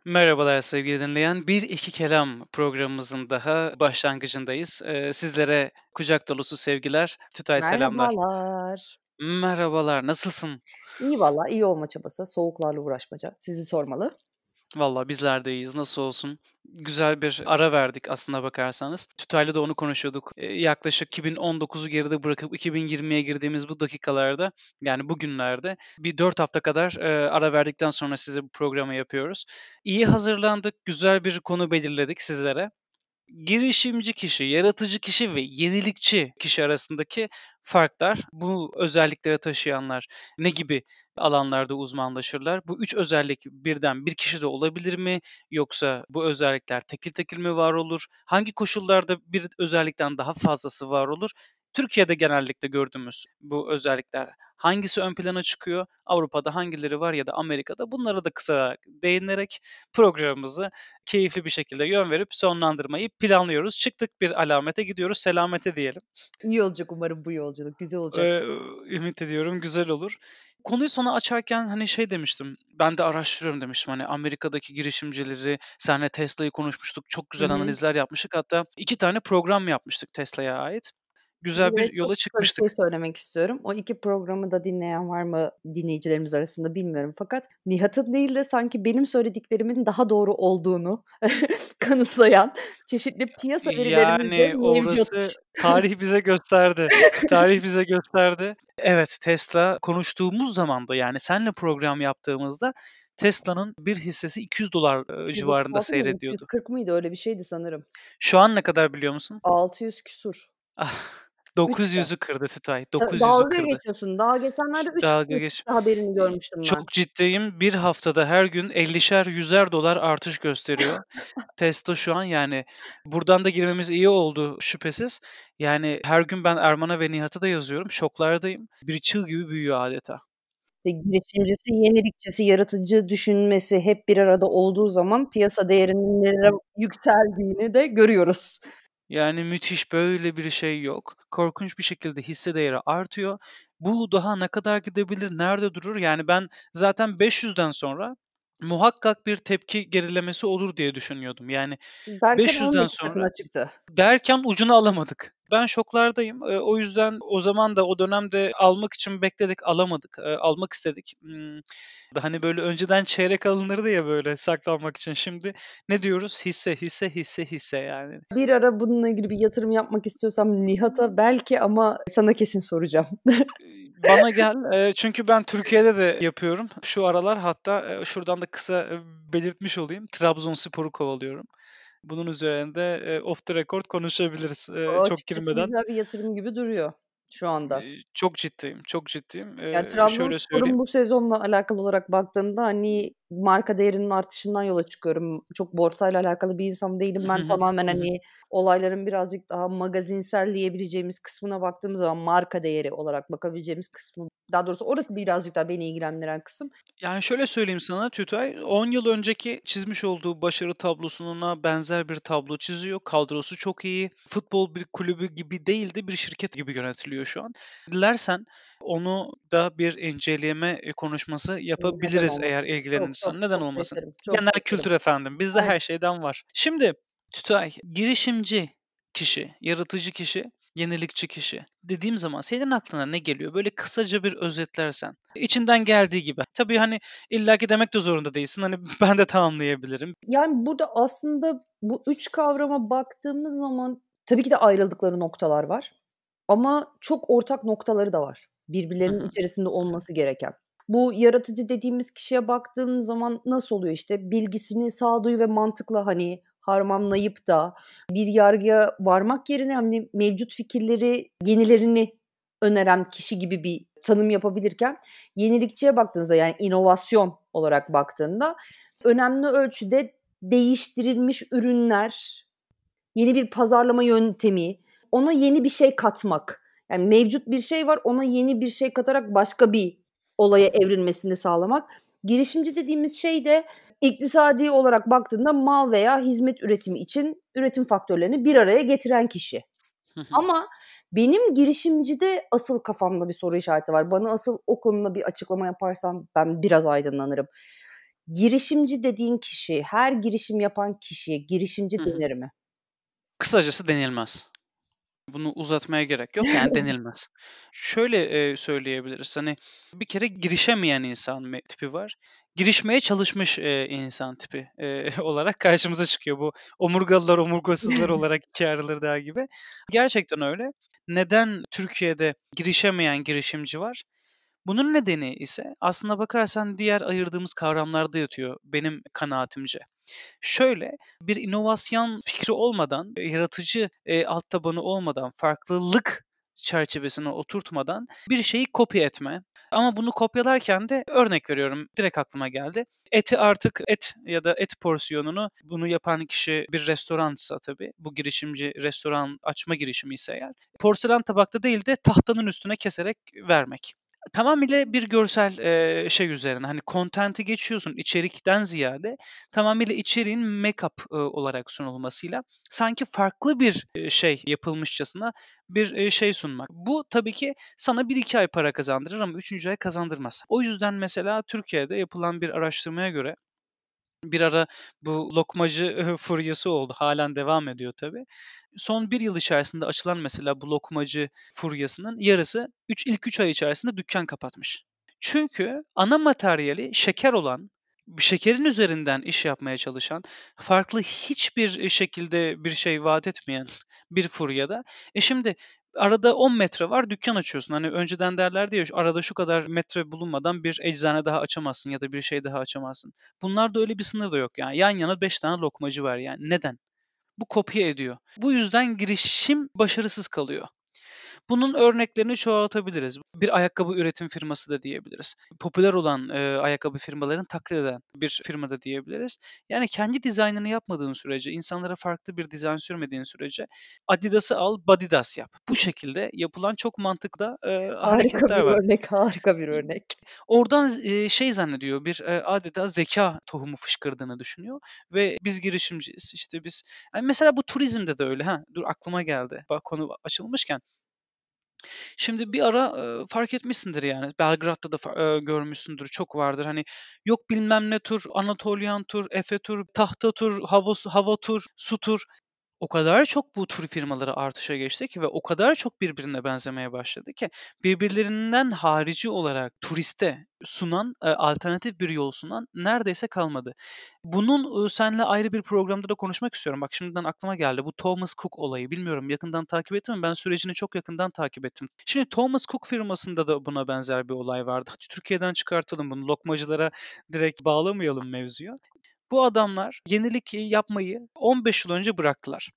Merhabalar sevgili dinleyen. Bir iki Kelam programımızın daha başlangıcındayız. Sizlere kucak dolusu sevgiler, Tütay selamlar. Merhabalar. Merhabalar, nasılsın? İyi valla, iyi olma çabası, soğuklarla uğraşmaca. Sizi sormalı. Valla bizler de iyiyiz, nasıl olsun? Güzel bir ara verdik aslına bakarsanız. Tütay'la da onu konuşuyorduk. Yaklaşık 2019'u geride bırakıp 2020'ye girdiğimiz bu dakikalarda, yani bugünlerde bir 4 hafta kadar ara verdikten sonra size bu programı yapıyoruz. İyi hazırlandık, güzel bir konu belirledik sizlere. Girişimci kişi, yaratıcı kişi ve yenilikçi kişi arasındaki farklar, bu özellikleri taşıyanlar ne gibi alanlarda uzmanlaşırlar? Bu 3 özellik birden bir kişide olabilir mi? Yoksa bu özellikler tekil tekil mi var olur? Hangi koşullarda bir özellikten daha fazlası var olur? Türkiye'de genellikle gördüğümüz bu özellikler hangisi ön plana çıkıyor? Avrupa'da hangileri var ya da Amerika'da? Bunlara da kısa değinerek programımızı keyifli bir şekilde yön verip sonlandırmayı planlıyoruz. Çıktık bir alamete, gidiyoruz selamete diyelim. İyi olacak umarım bu yolculuk, güzel olacak. Eee, Ümit ediyorum güzel olur. Konuyu sana açarken, hani, şey demiştim, ben de araştırıyorum demiştim, hani, Amerika'daki girişimcileri, seninle Tesla'yı konuşmuştuk, çok Hı güzel hı. analizler yapmıştık. Hatta 2 tane program yapmıştık Tesla'ya ait. Güzel Buraya bir yola çok kısa bir şey çıkmıştık. söylemek istiyorum. O 2 programı da dinleyen var mı dinleyicilerimiz arasında bilmiyorum fakat Nihat'ın değil de sanki benim söylediklerimin daha doğru olduğunu kanıtlayan çeşitli piyasa verilerimiz de Yani, mevcut. orası tarih bize gösterdi. Tarih bize gösterdi. Evet, Tesla konuştuğumuz zaman da, yani, seninle program yaptığımızda Tesla'nın bir hissesi $200 civarında 236 mıydı, seyrediyordu. 240 mıydı? Öyle bir şeydi sanırım. Şu an ne kadar biliyor musun? 600 küsur. Ah, 3 katı. 900'ü kırdı Tütay, 900'ü Dalga kırdı. geçiyorsun. Daha geçenlerde 3 Dalga katına geç çıktı haberini görmüştüm ben. Çok ciddiyim. Bir haftada her gün 50'şer, $100'er artış gösteriyor. Tesla şu an, yani, buradan da girmemiz iyi oldu şüphesiz. Yani, her gün ben Erman'a ve Nihat'a da yazıyorum, şoklardayım. Bir çığ gibi büyüyor adeta. Girişimcisi, yenilikçisi, yaratıcı düşünmesi hep bir arada olduğu zaman piyasa değerinin nereye yükseldiğini de görüyoruz. Yani, müthiş, böyle bir şey yok. Korkunç bir şekilde hisse değeri artıyor. Bu daha ne kadar gidebilir, nerede durur? Yani, ben zaten 500'den sonra muhakkak bir tepki gerilemesi olur diye düşünüyordum. Yani, Derken 500'den 12 sonra katına çıktı. derken ucunu alamadık. Ben şoklardayım. O yüzden o zaman da o dönemde almak için bekledik, alamadık. Almak istedik. Hani, böyle önceden çeyrek alınırdı ya böyle saklanmak için. Şimdi ne diyoruz? Hisse, hisse, hisse, hisse yani. Bir ara bununla ilgili bir yatırım yapmak istiyorsam Nihat'a belki ama sana kesin soracağım. Bana gel, çünkü ben Türkiye'de de yapıyorum şu aralar. Hatta, şuradan da kısa, belirtmiş olayım. Trabzonspor'u kovalıyorum. Bunun üzerinde, off the record konuşabiliriz, O çok açıkçası girmeden. güzel bir yatırım gibi duruyor şu anda. Çok ciddiyim, çok ciddiyim. Ya, Şöyle Trabzonspor'un söyleyeyim. bu sezonla alakalı olarak baktığında, hani, marka değerinin artışından yola çıkıyorum. Çok borsayla alakalı bir insan değilim. Hı Ben hı. tamamen, Hı hı. hani, olayların birazcık daha magazinsel diyebileceğimiz kısmına baktığımız zaman marka değeri olarak bakabileceğimiz kısmı daha doğrusu orası birazcık daha beni ilgilendiren kısım. Yani, şöyle söyleyeyim sana Tütay, 10 yıl önceki çizmiş olduğu başarı tablosuna benzer bir tablo çiziyor. Kadrosu çok iyi. Futbol bir kulübü gibi değil de bir şirket gibi yönetiliyor şu an. Dilersen onu da bir inceleme, konuşması Neden yapabiliriz eğer olmasın? Çok, ilgilenirsen. çok, Neden çok da olmasın? isterim. Çok Genel da isterim. kültür efendim, bizde Aynen. her şeyden var. Şimdi Tütay, girişimci kişi, yaratıcı kişi, yenilikçi kişi dediğim zaman senin aklına ne geliyor? Böyle kısaca bir özetlersen. İçinden geldiği gibi. Tabii, hani, illaki demek de zorunda değilsin. Hani, ben de tamamlayabilirim. Yani, burada aslında bu 3 kavrama baktığımız zaman tabii ki de ayrıldıkları noktalar var ama çok ortak noktaları da var, Hı birbirlerinin hı. içerisinde olması gereken. Bu yaratıcı dediğimiz kişiye baktığın zaman nasıl oluyor? İşte, bilgisini sağduyu ve mantıkla, hani, harmanlayıp da bir yargıya varmak yerine, hani, mevcut fikirleri, yenilerini öneren kişi gibi bir tanım yapabilirken yenilikçiye baktığınızda, yani, inovasyon olarak baktığında önemli ölçüde değiştirilmiş ürünler, yeni bir pazarlama yöntemi, ona yeni bir şey katmak. Yani mevcut bir şey var, ona yeni bir şey katarak başka bir olaya evrilmesini sağlamak. Girişimci dediğimiz şey de iktisadi olarak baktığında mal veya hizmet üretimi için üretim faktörlerini bir araya getiren kişi. Hı hı. Ama benim girişimcide asıl kafamda bir soru işareti var. Bana asıl o konuda bir açıklama yaparsan ben biraz aydınlanırım. girişimci dediğin kişi, her girişim yapan kişiye girişimci Hı hı. denir mi? Kısacası denilmez. Bunu uzatmaya gerek yok, yani denilmez. Şöyle, söyleyebiliriz, hani, bir kere girişemeyen insan tipi var. Girişmeye çalışmış, insan tipi, olarak karşımıza çıkıyor. Bu omurgalılar, omurgasızlar olarak 2'ye ayrılır der gibi. Gerçekten öyle. Neden Türkiye'de girişemeyen girişimci var? Bunun nedeni ise aslına bakarsan diğer ayırdığımız kavramlarda yatıyor benim kanaatimce. Şöyle, bir inovasyon fikri olmadan, yaratıcı, alt tabanı olmadan, farklılık çerçevesine oturtmadan bir şeyi kopya etme. Ama bunu kopyalarken de örnek veriyorum, direkt aklıma geldi. Eti artık et ya da et porsiyonunu bunu yapan kişi bir restoransa tabii, bu girişimci restoran açma girişimi ise eğer, porselen tabakta değil de tahtanın üstüne keserek vermek. Tamamıyla bir görsel, şey üzerine, hani, content'i geçiyorsun, içerikten ziyade tamamıyla içeriğin make-up, olarak sunulmasıyla sanki farklı bir, şey yapılmışçasına bir, şey sunmak. Bu tabii ki sana 1-2 ay para kazandırır ama 3. ay kazandırmaz. O yüzden mesela Türkiye'de yapılan bir araştırmaya göre bir ara bu lokmacı furyası oldu. Hâlen devam ediyor tabii. Son 1 yıl içerisinde açılan mesela bu lokmacı furyasının yarısı ilk 3 ay içerisinde dükkân kapatmış. Çünkü ana materyali şeker olan, şekerin üzerinden iş yapmaya çalışan, farklı hiçbir şekilde bir şey vaat etmeyen bir furyada. Şimdi arada 10 metre var, dükkân açıyorsun. Hani önceden derlerdi ya, arada şu kadar metre bulunmadan bir eczane daha açamazsın ya da bir şey daha açamazsın. Bunlarda öyle bir sınır da yok yani. Yan yana 5 tane lokmacı var yani. Neden? Bu kopya ediyor. Bu yüzden girişim başarısız kalıyor. Bunun örneklerini çoğaltabiliriz. Bir ayakkabı üretim firması da diyebiliriz. Popüler olan, ayakkabı firmalarını taklit eden bir firma da diyebiliriz. Yani kendi dizaynını yapmadığın sürece, insanlara farklı bir dizayn sürmediğin sürece Adidas'ı al, Badidas yap. Bu şekilde yapılan çok mantıklı, Harika hareketler bir var. örnek, harika bir örnek. Oradan şey zannediyor, bir, adeta zekâ tohumu fışkırdığını düşünüyor ve biz girişimciyiz, işte biz. Hani, mesela bu turizmde de öyle. Dur aklıma geldi. Bak konu açılmışken. Şimdi bir ara, fark etmişsindir yani, Belgrad'da da görmüşsündür, çok vardır. Hani, yok bilmem ne tur, Anatolian tur, Efe tur, tahta tur, hava tur, su tur. O kadar çok bu tür firmaları artışa geçti ki ve o kadar çok birbirine benzemeye başladı ki birbirlerinden harici olarak turiste sunan, alternatif bir yol sunan neredeyse kalmadı. Bunun, seninle ayrı bir programda da konuşmak istiyorum. Bak şimdiden aklıma geldi. Bu Thomas Cook olayı. Bilmiyorum yakından takip ettin mi? Ben sürecini çok yakından takip ettim. Şimdi Thomas Cook firmasında da buna benzer bir olay vardı. Hadi Türkiye'den çıkartalım bunu. Lokmacılara direkt bağlamayalım mevzuyu. Bu adamlar yenilik yapmayı 15 yıl önce bıraktılar.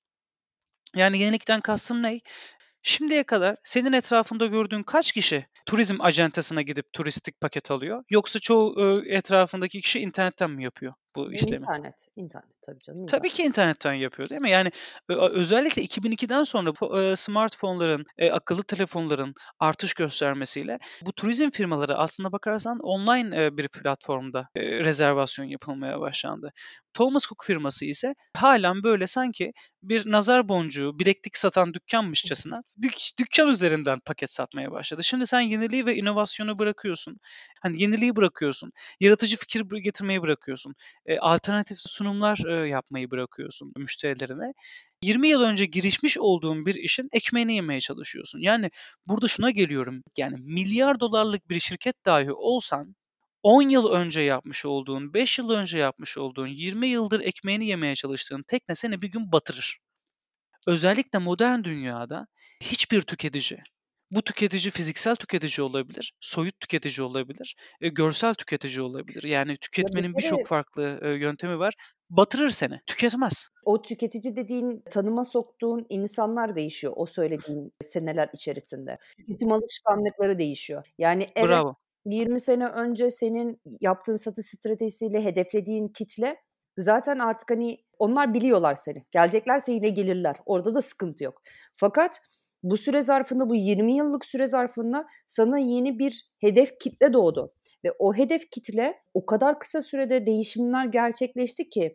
Yani yenilikten kastım ne? Şimdiye kadar senin etrafında gördüğün kaç kişi turizm acentasına gidip turistik paket alıyor? Yoksa çoğu, etrafındaki kişi internetten mi yapıyor bu işlemi? İnternet tabii canım, Tabii internet. ki internetten yapıyor, değil mi? Yani, özellikle 2002'den sonra smartphone'ların, akıllı telefonların artış göstermesiyle bu turizm firmaları aslında bakarsan online, bir platformda, rezervasyon yapılmaya başlandı. Thomas Cook firması ise hâlen böyle sanki bir nazar boncuğu, bileklik satan dükkânmışçasına dükkân üzerinden paket satmaya başladı. Şimdi sen yeniliği ve inovasyonu bırakıyorsun. Hani, yeniliği bırakıyorsun, yaratıcı fikir getirmeyi bırakıyorsun. Alternatif sunumlar, yapmayı bırakıyorsun müşterilerine. 20 yıl önce girişmiş olduğun bir işin ekmeğini yemeye çalışıyorsun. Yani burada şuna geliyorum, yani milyar dolarlık bir şirket dahi olsan 10 yıl önce yapmış olduğun, 5 yıl önce yapmış olduğun, 20 yıldır ekmeğini yemeye çalıştığın tekne seni bir gün batırır. Özellikle modern dünyada hiçbir tüketici, bu tüketici fiziksel tüketici olabilir, soyut tüketici olabilir, görsel tüketici olabilir. Yani Ya, bir tüketmenin birçok kere farklı, yöntemi var. Batırır seni, tüketmez. o tüketici dediğin, tanıma soktuğun insanlar değişiyor o söylediğin seneler içerisinde. Tüketim alışkanlıkları değişiyor. Yani evet, Bravo. 20 sene önce senin yaptığın satış stratejisiyle hedeflediğin kitle zaten artık, hani, onlar biliyorlar seni. Geleceklerse yine gelirler. Orada da sıkıntı yok. Fakat bu süre zarfında, bu 20 yıllık süre zarfında sana yeni bir hedef kitle doğdu ve o hedef kitle o kadar kısa sürede değişimler gerçekleşti ki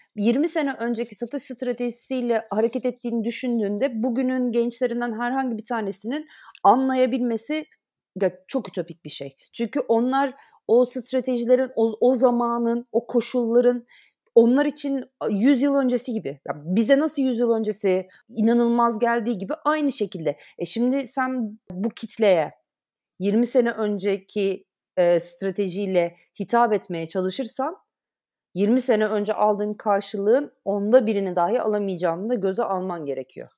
20 sene önceki satış stratejisiyle hareket ettiğini düşündüğünde bugünün gençlerinden herhangi bir tanesinin anlayabilmesi çok ütopik bir şey. Çünkü onlar o stratejilerin, o zamanın, o koşulların onlar için 100 yıl öncesi gibi. Ya, bize nasıl 100 yıl öncesi inanılmaz geldiği gibi aynı şekilde. Şimdi sen bu kitleye 20 sene önceki, stratejiyle hitap etmeye çalışırsan 20 sene önce aldığın karşılığın onda birini dahi alamayacağını da göze alman gerekiyor.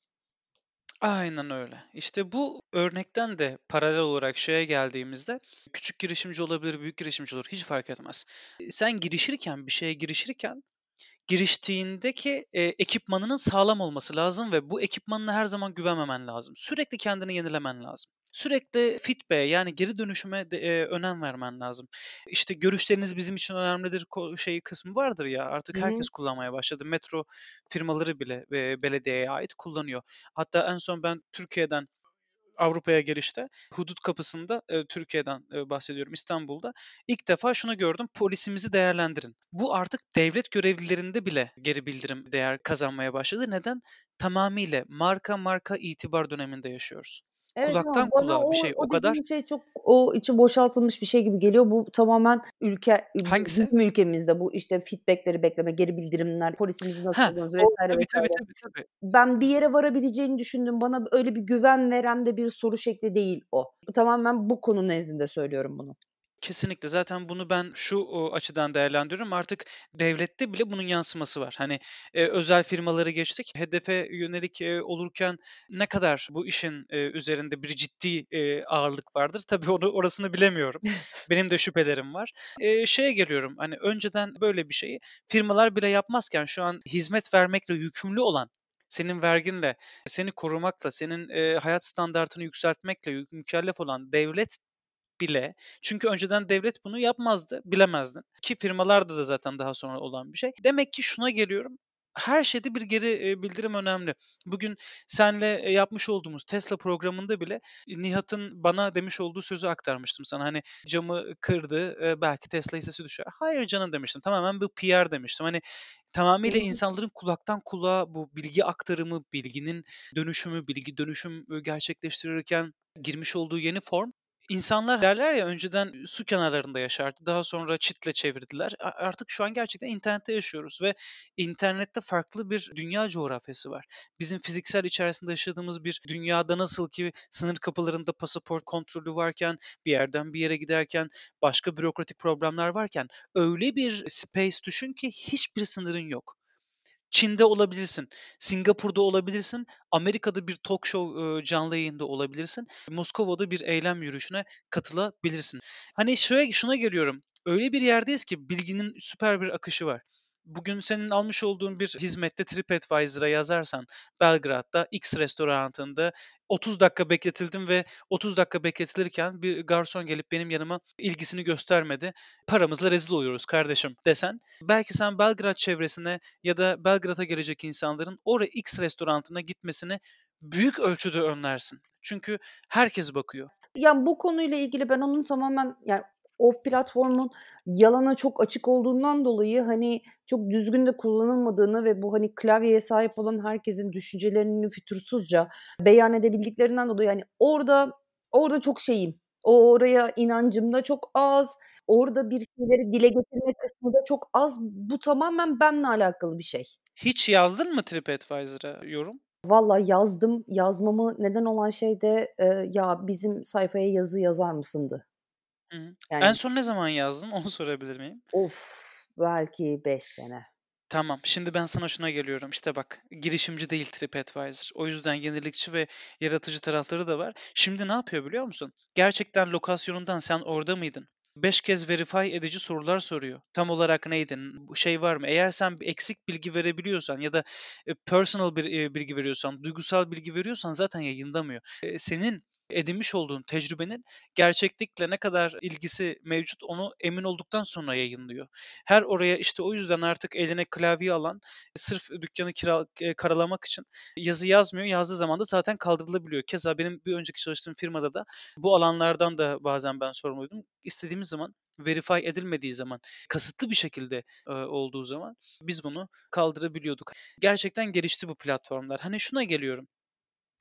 Aynen öyle. İşte bu örnekten de paralel olarak şeye geldiğimizde küçük girişimci olabilir, büyük girişimci olur hiç fark etmez. Sen girişirken, bir şeye girişirken giriştiğindeki, ekipmanının sağlam olması lazım ve bu ekipmanına her zaman güvenmemen lazım. Sürekli kendini yenilemen lazım. Sürekli feedback'e yani geri dönüşüme de, önem vermen lazım. İşte, "Görüşleriniz bizim için önemlidir." Şeyi kısmı vardır ya, Hı artık hı. herkes kullanmaya başladı. Metro firmaları bile, belediyeye ait kullanıyor. Hatta en son ben Türkiye'den Avrupa'ya gelişte hudut kapısında, Türkiye'den, bahsediyorum, İstanbul'da ilk defa şunu gördüm: "Polisimizi değerlendirin." Bu artık devlet görevlilerinde bile geri bildirim değer kazanmaya başladı. Neden? Tamamıyla marka itibar döneminde yaşıyoruz. Evet, ama Kulaktan bana kulağa bir o şey o o kadar. dediğin şey çok içi boşaltılmış bir şey gibi geliyor. Bu tamamen Hangisi? bizim ülkemizde bu, işte, feedback'leri bekleme, geri bildirimler, polisimizi nasıl Ha, buldunuz o vs. tabii, tabii, vs. tabii, tabii. Ben bir yere varabileceğini düşündüm. Bana öyle bir güven veren de bir soru şekli değil o. Tamamen bu konu nezdinde söylüyorum bunu. Kesinlikle. Zaten bunu ben şu, açıdan değerlendiriyorum. Artık devlette bile bunun yansıması var. Hani, özel firmaları geçtik. Hedefe yönelik, olurken ne kadar bu işin, üzerinde bir ciddi, ağırlık vardır? Tabii orasını bilemiyorum. Benim de şüphelerim var. Şeye geliyorum, hani, önceden böyle bir şeyi firmalar bile yapmazken şu an hizmet vermekle yükümlü olan, senin verginle, seni korumakla, senin, hayat standartını yükseltmekle mükellef olan devlet bile, çünkü önceden devlet bunu yapmazdı, bilemezdin ki firmalarda da zaten daha sonra olan bir şey. Demek ki şuna geliyorum, her şeyde bir geri, bildirim önemli. Bugün seninle, yapmış olduğumuz Tesla programında bile Nihat'ın bana demiş olduğu sözü aktarmıştım sana. Hani, "Camı kırdı, belki Tesla hissesi düşer." "Hayır canım." demiştim. "Tamamen bu PR." demiştim. Hani, Hı tamamıyla hı. insanların kulaktan kulağa bu bilgi aktarımı, bilginin dönüşümü, bilgi dönüşüm, gerçekleştirirken girmiş olduğu yeni form. İnsanlar derler ya, önceden su kenarlarında yaşardı, daha sonra çitle çevirdiler. Artık şu an gerçekten internette yaşıyoruz ve internette farklı bir dünya coğrafyası var. Bizim fiziksel içerisinde yaşadığımız bir dünyada nasıl ki sınır kapılarında pasaport kontrolü varken, bir yerden bir yere giderken, başka bürokratik problemler varken, öyle bir space düşün ki hiçbir sınırın yok. Çin'de olabilirsin, Singapur'da olabilirsin, Amerika'da bir talk show, canlı yayında olabilirsin, Moskova'da bir eylem yürüyüşüne katılabilirsin. Hani şuna geliyorum, öyle bir yerdeyiz ki bilginin süper bir akışı var. Bugün senin almış olduğun bir hizmette TripAdvisor'a yazarsan, Belgrad'da X restoranında 30 dakika bekletildim ve 30 dakika bekletilirken bir garson gelip benim yanıma ilgisini göstermedi. Paramızla rezil oluyoruz kardeşim desen, belki sen Belgrad çevresine ya da Belgrad'a gelecek insanların oraya X restoranına gitmesini büyük ölçüde önlersin. Çünkü herkes bakıyor. Ya, bu konuyla ilgili ben onun tamamen, yani, o platformun yalana çok açık olduğundan dolayı, hani, çok düzgün de kullanılmadığını ve bu, hani, klavyeye sahip olan herkesin düşüncelerini fütursuzca beyan edebildiklerinden dolayı, hani, orada çok şeyim, oraya inancım da çok az, orada bir şeyleri dile getirme kısmı da çok az. Bu tamamen benimle alakalı bir şey. Hiç yazdın mı TripAdvisor'a yorum? Valla yazdım. Yazmamı neden olan şey de, "Ya, bizim sayfaya yazı yazar mısın?"dı. Hı hı. En Yani, son ne zaman yazdın? Onu sorabilir miyim? belki 5 sene. Tamam. Şimdi ben sana şuna geliyorum. İşte bak, girişimci değil TripAdvisor. O yüzden yenilikçi ve yaratıcı tarafları da var. Şimdi ne yapıyor biliyor musun? Gerçekten lokasyonundan sen orada mıydın? 5 kez verify edici sorular soruyor. Tam olarak neydin? Bu şey var mı? Eğer sen bir eksik bilgi verebiliyorsan ya da personal bir bilgi veriyorsan, duygusal bilgi veriyorsan zaten yayınlamıyor. Senin edinmiş olduğun tecrübenin gerçeklikle ne kadar ilgisi mevcut onu emin olduktan sonra yayınlıyor. Her oraya işte o yüzden artık eline klavye alan sırf dükkânı karalamak için yazı yazmıyor. Yazdığı zaman da zaten kaldırılabiliyor. Keza benim bir önceki çalıştığım firmada da bu alanlardan da bazen ben sorumluydum. İstediğimiz zaman verify edilmediği zaman, kasıtlı bir şekilde, olduğu zaman biz bunu kaldırabiliyorduk. Gerçekten gelişti bu platformlar. Hani şuna geliyorum,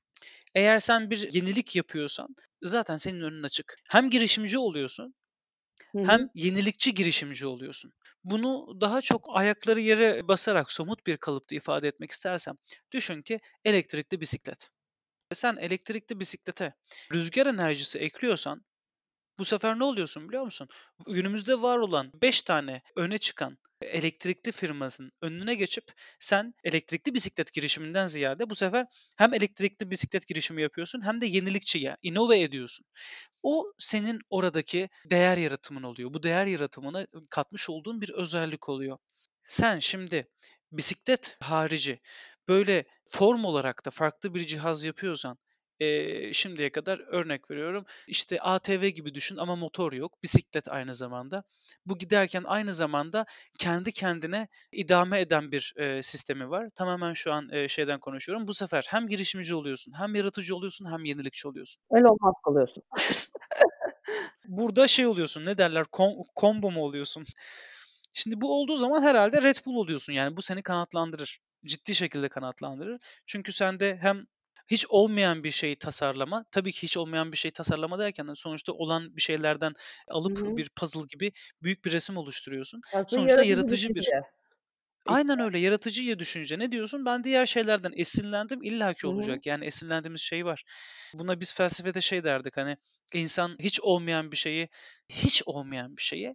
eğer sen bir yenilik yapıyorsan zaten senin önün açık. Hem girişimci oluyorsun Hı hı. hem yenilikçi girişimci oluyorsun. Bunu daha çok ayakları yere basarak somut bir kalıpta ifade etmek istersem, düşün ki elektrikli bisiklet. Sen elektrikli bisiklete rüzgar enerjisi ekliyorsan bu sefer ne oluyorsun biliyor musun? Günümüzde var olan 5 tane öne çıkan elektrikli firmasının önüne geçip sen elektrikli bisiklet girişiminden ziyade bu sefer hem elektrikli bisiklet girişimi yapıyorsun hem de yenilikçi ya, inove ediyorsun. O senin oradaki değer yaratımın oluyor. Bu değer yaratımına katmış olduğun bir özellik oluyor. Sen şimdi bisiklet harici böyle form olarak da farklı bir cihaz yapıyorsan, şimdiye kadar örnek veriyorum, işte ATV gibi düşün ama motor yok. Bisiklet aynı zamanda. Bu giderken aynı zamanda kendi kendine idame eden bir, sistemi var. Tamamen şu an, şeyden konuşuyorum. Bu sefer hem girişimci oluyorsun, hem yaratıcı oluyorsun, hem yenilikçi oluyorsun. Elon Musk oluyorsun. Burada şey oluyorsun, ne derler, combo mu oluyorsun? Şimdi bu olduğu zaman herhalde Red Bull oluyorsun. Yani bu seni kanatlandırır. Ciddi şekilde kanatlandırır. Çünkü sende hem hiç olmayan bir şeyi tasarlama, tabii ki hiç olmayan bir şey tasarlama derken sonuçta olan bir şeylerden Hı alıp hı. bir puzzle gibi büyük bir resim oluşturuyorsun. Aslında Sonuçta yaratıcı yaratıcı bir. düşünce Aynen işte. öyle, yaratıcıya düşünce. Ne diyorsun? Ben diğer şeylerden esinlendim, illaki Hı hı. olacak. Yani esinlendiğimiz şey var. Buna biz felsefede şey derdik, hani insan hiç olmayan bir şeyi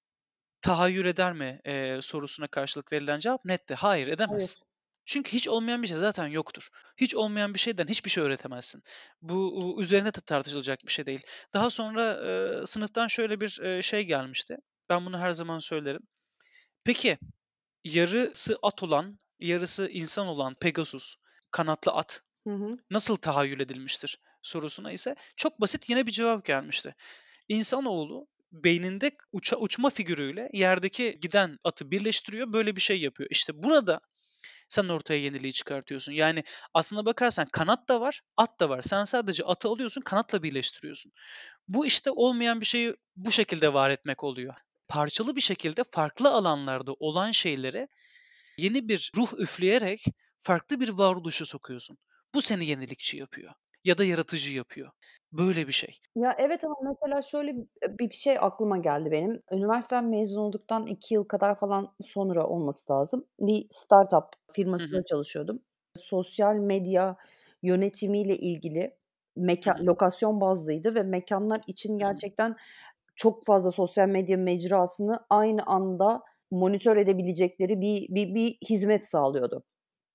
tahayyül eder mi, sorusuna karşılık verilen cevap netti. Hayır, edemez. Hayır. Çünkü hiç olmayan bir şey zaten yoktur. Hiç olmayan bir şeyden hiçbir şey öğretemezsin. Bu üzerine de tartışılacak bir şey değil. Daha sonra, sınıftan şöyle bir, şey gelmişti. Ben bunu her zaman söylerim. Peki, yarısı at olan, yarısı insan olan Pegasus, kanatlı at Hı hı. nasıl tahayyül edilmiştir sorusuna ise çok basit yine bir cevap gelmişti. İnsanoğlu beyninde uçma figürüyle yerdeki giden atı birleştiriyor, böyle bir şey yapıyor. İşte burada sen ortaya yeniliği çıkartıyorsun. Yani aslına bakarsan kanat da var, at da var. Sen sadece atı alıyorsun, kanatla birleştiriyorsun. Bu işte olmayan bir şeyi bu şekilde var etmek oluyor. Parçalı bir şekilde farklı alanlarda olan şeylere yeni bir ruh üfleyerek farklı bir varoluşa sokuyorsun. Bu seni yenilikçi yapıyor ya da yaratıcı yapıyor. Böyle bir şey. Ya, evet ama mesela şöyle bir şey aklıma geldi benim. Üniversiteden mezun olduktan 2 yıl kadar falan sonra olması lazım. Bir startup Hı hı. firmasında çalışıyordum. Sosyal medya yönetimiyle ilgili Hı hı. lokasyon bazlıydı ve mekânlar için Hı hı. gerçekten çok fazla sosyal medya mecrasını aynı anda monitör edebilecekleri bir hizmet sağlıyordu.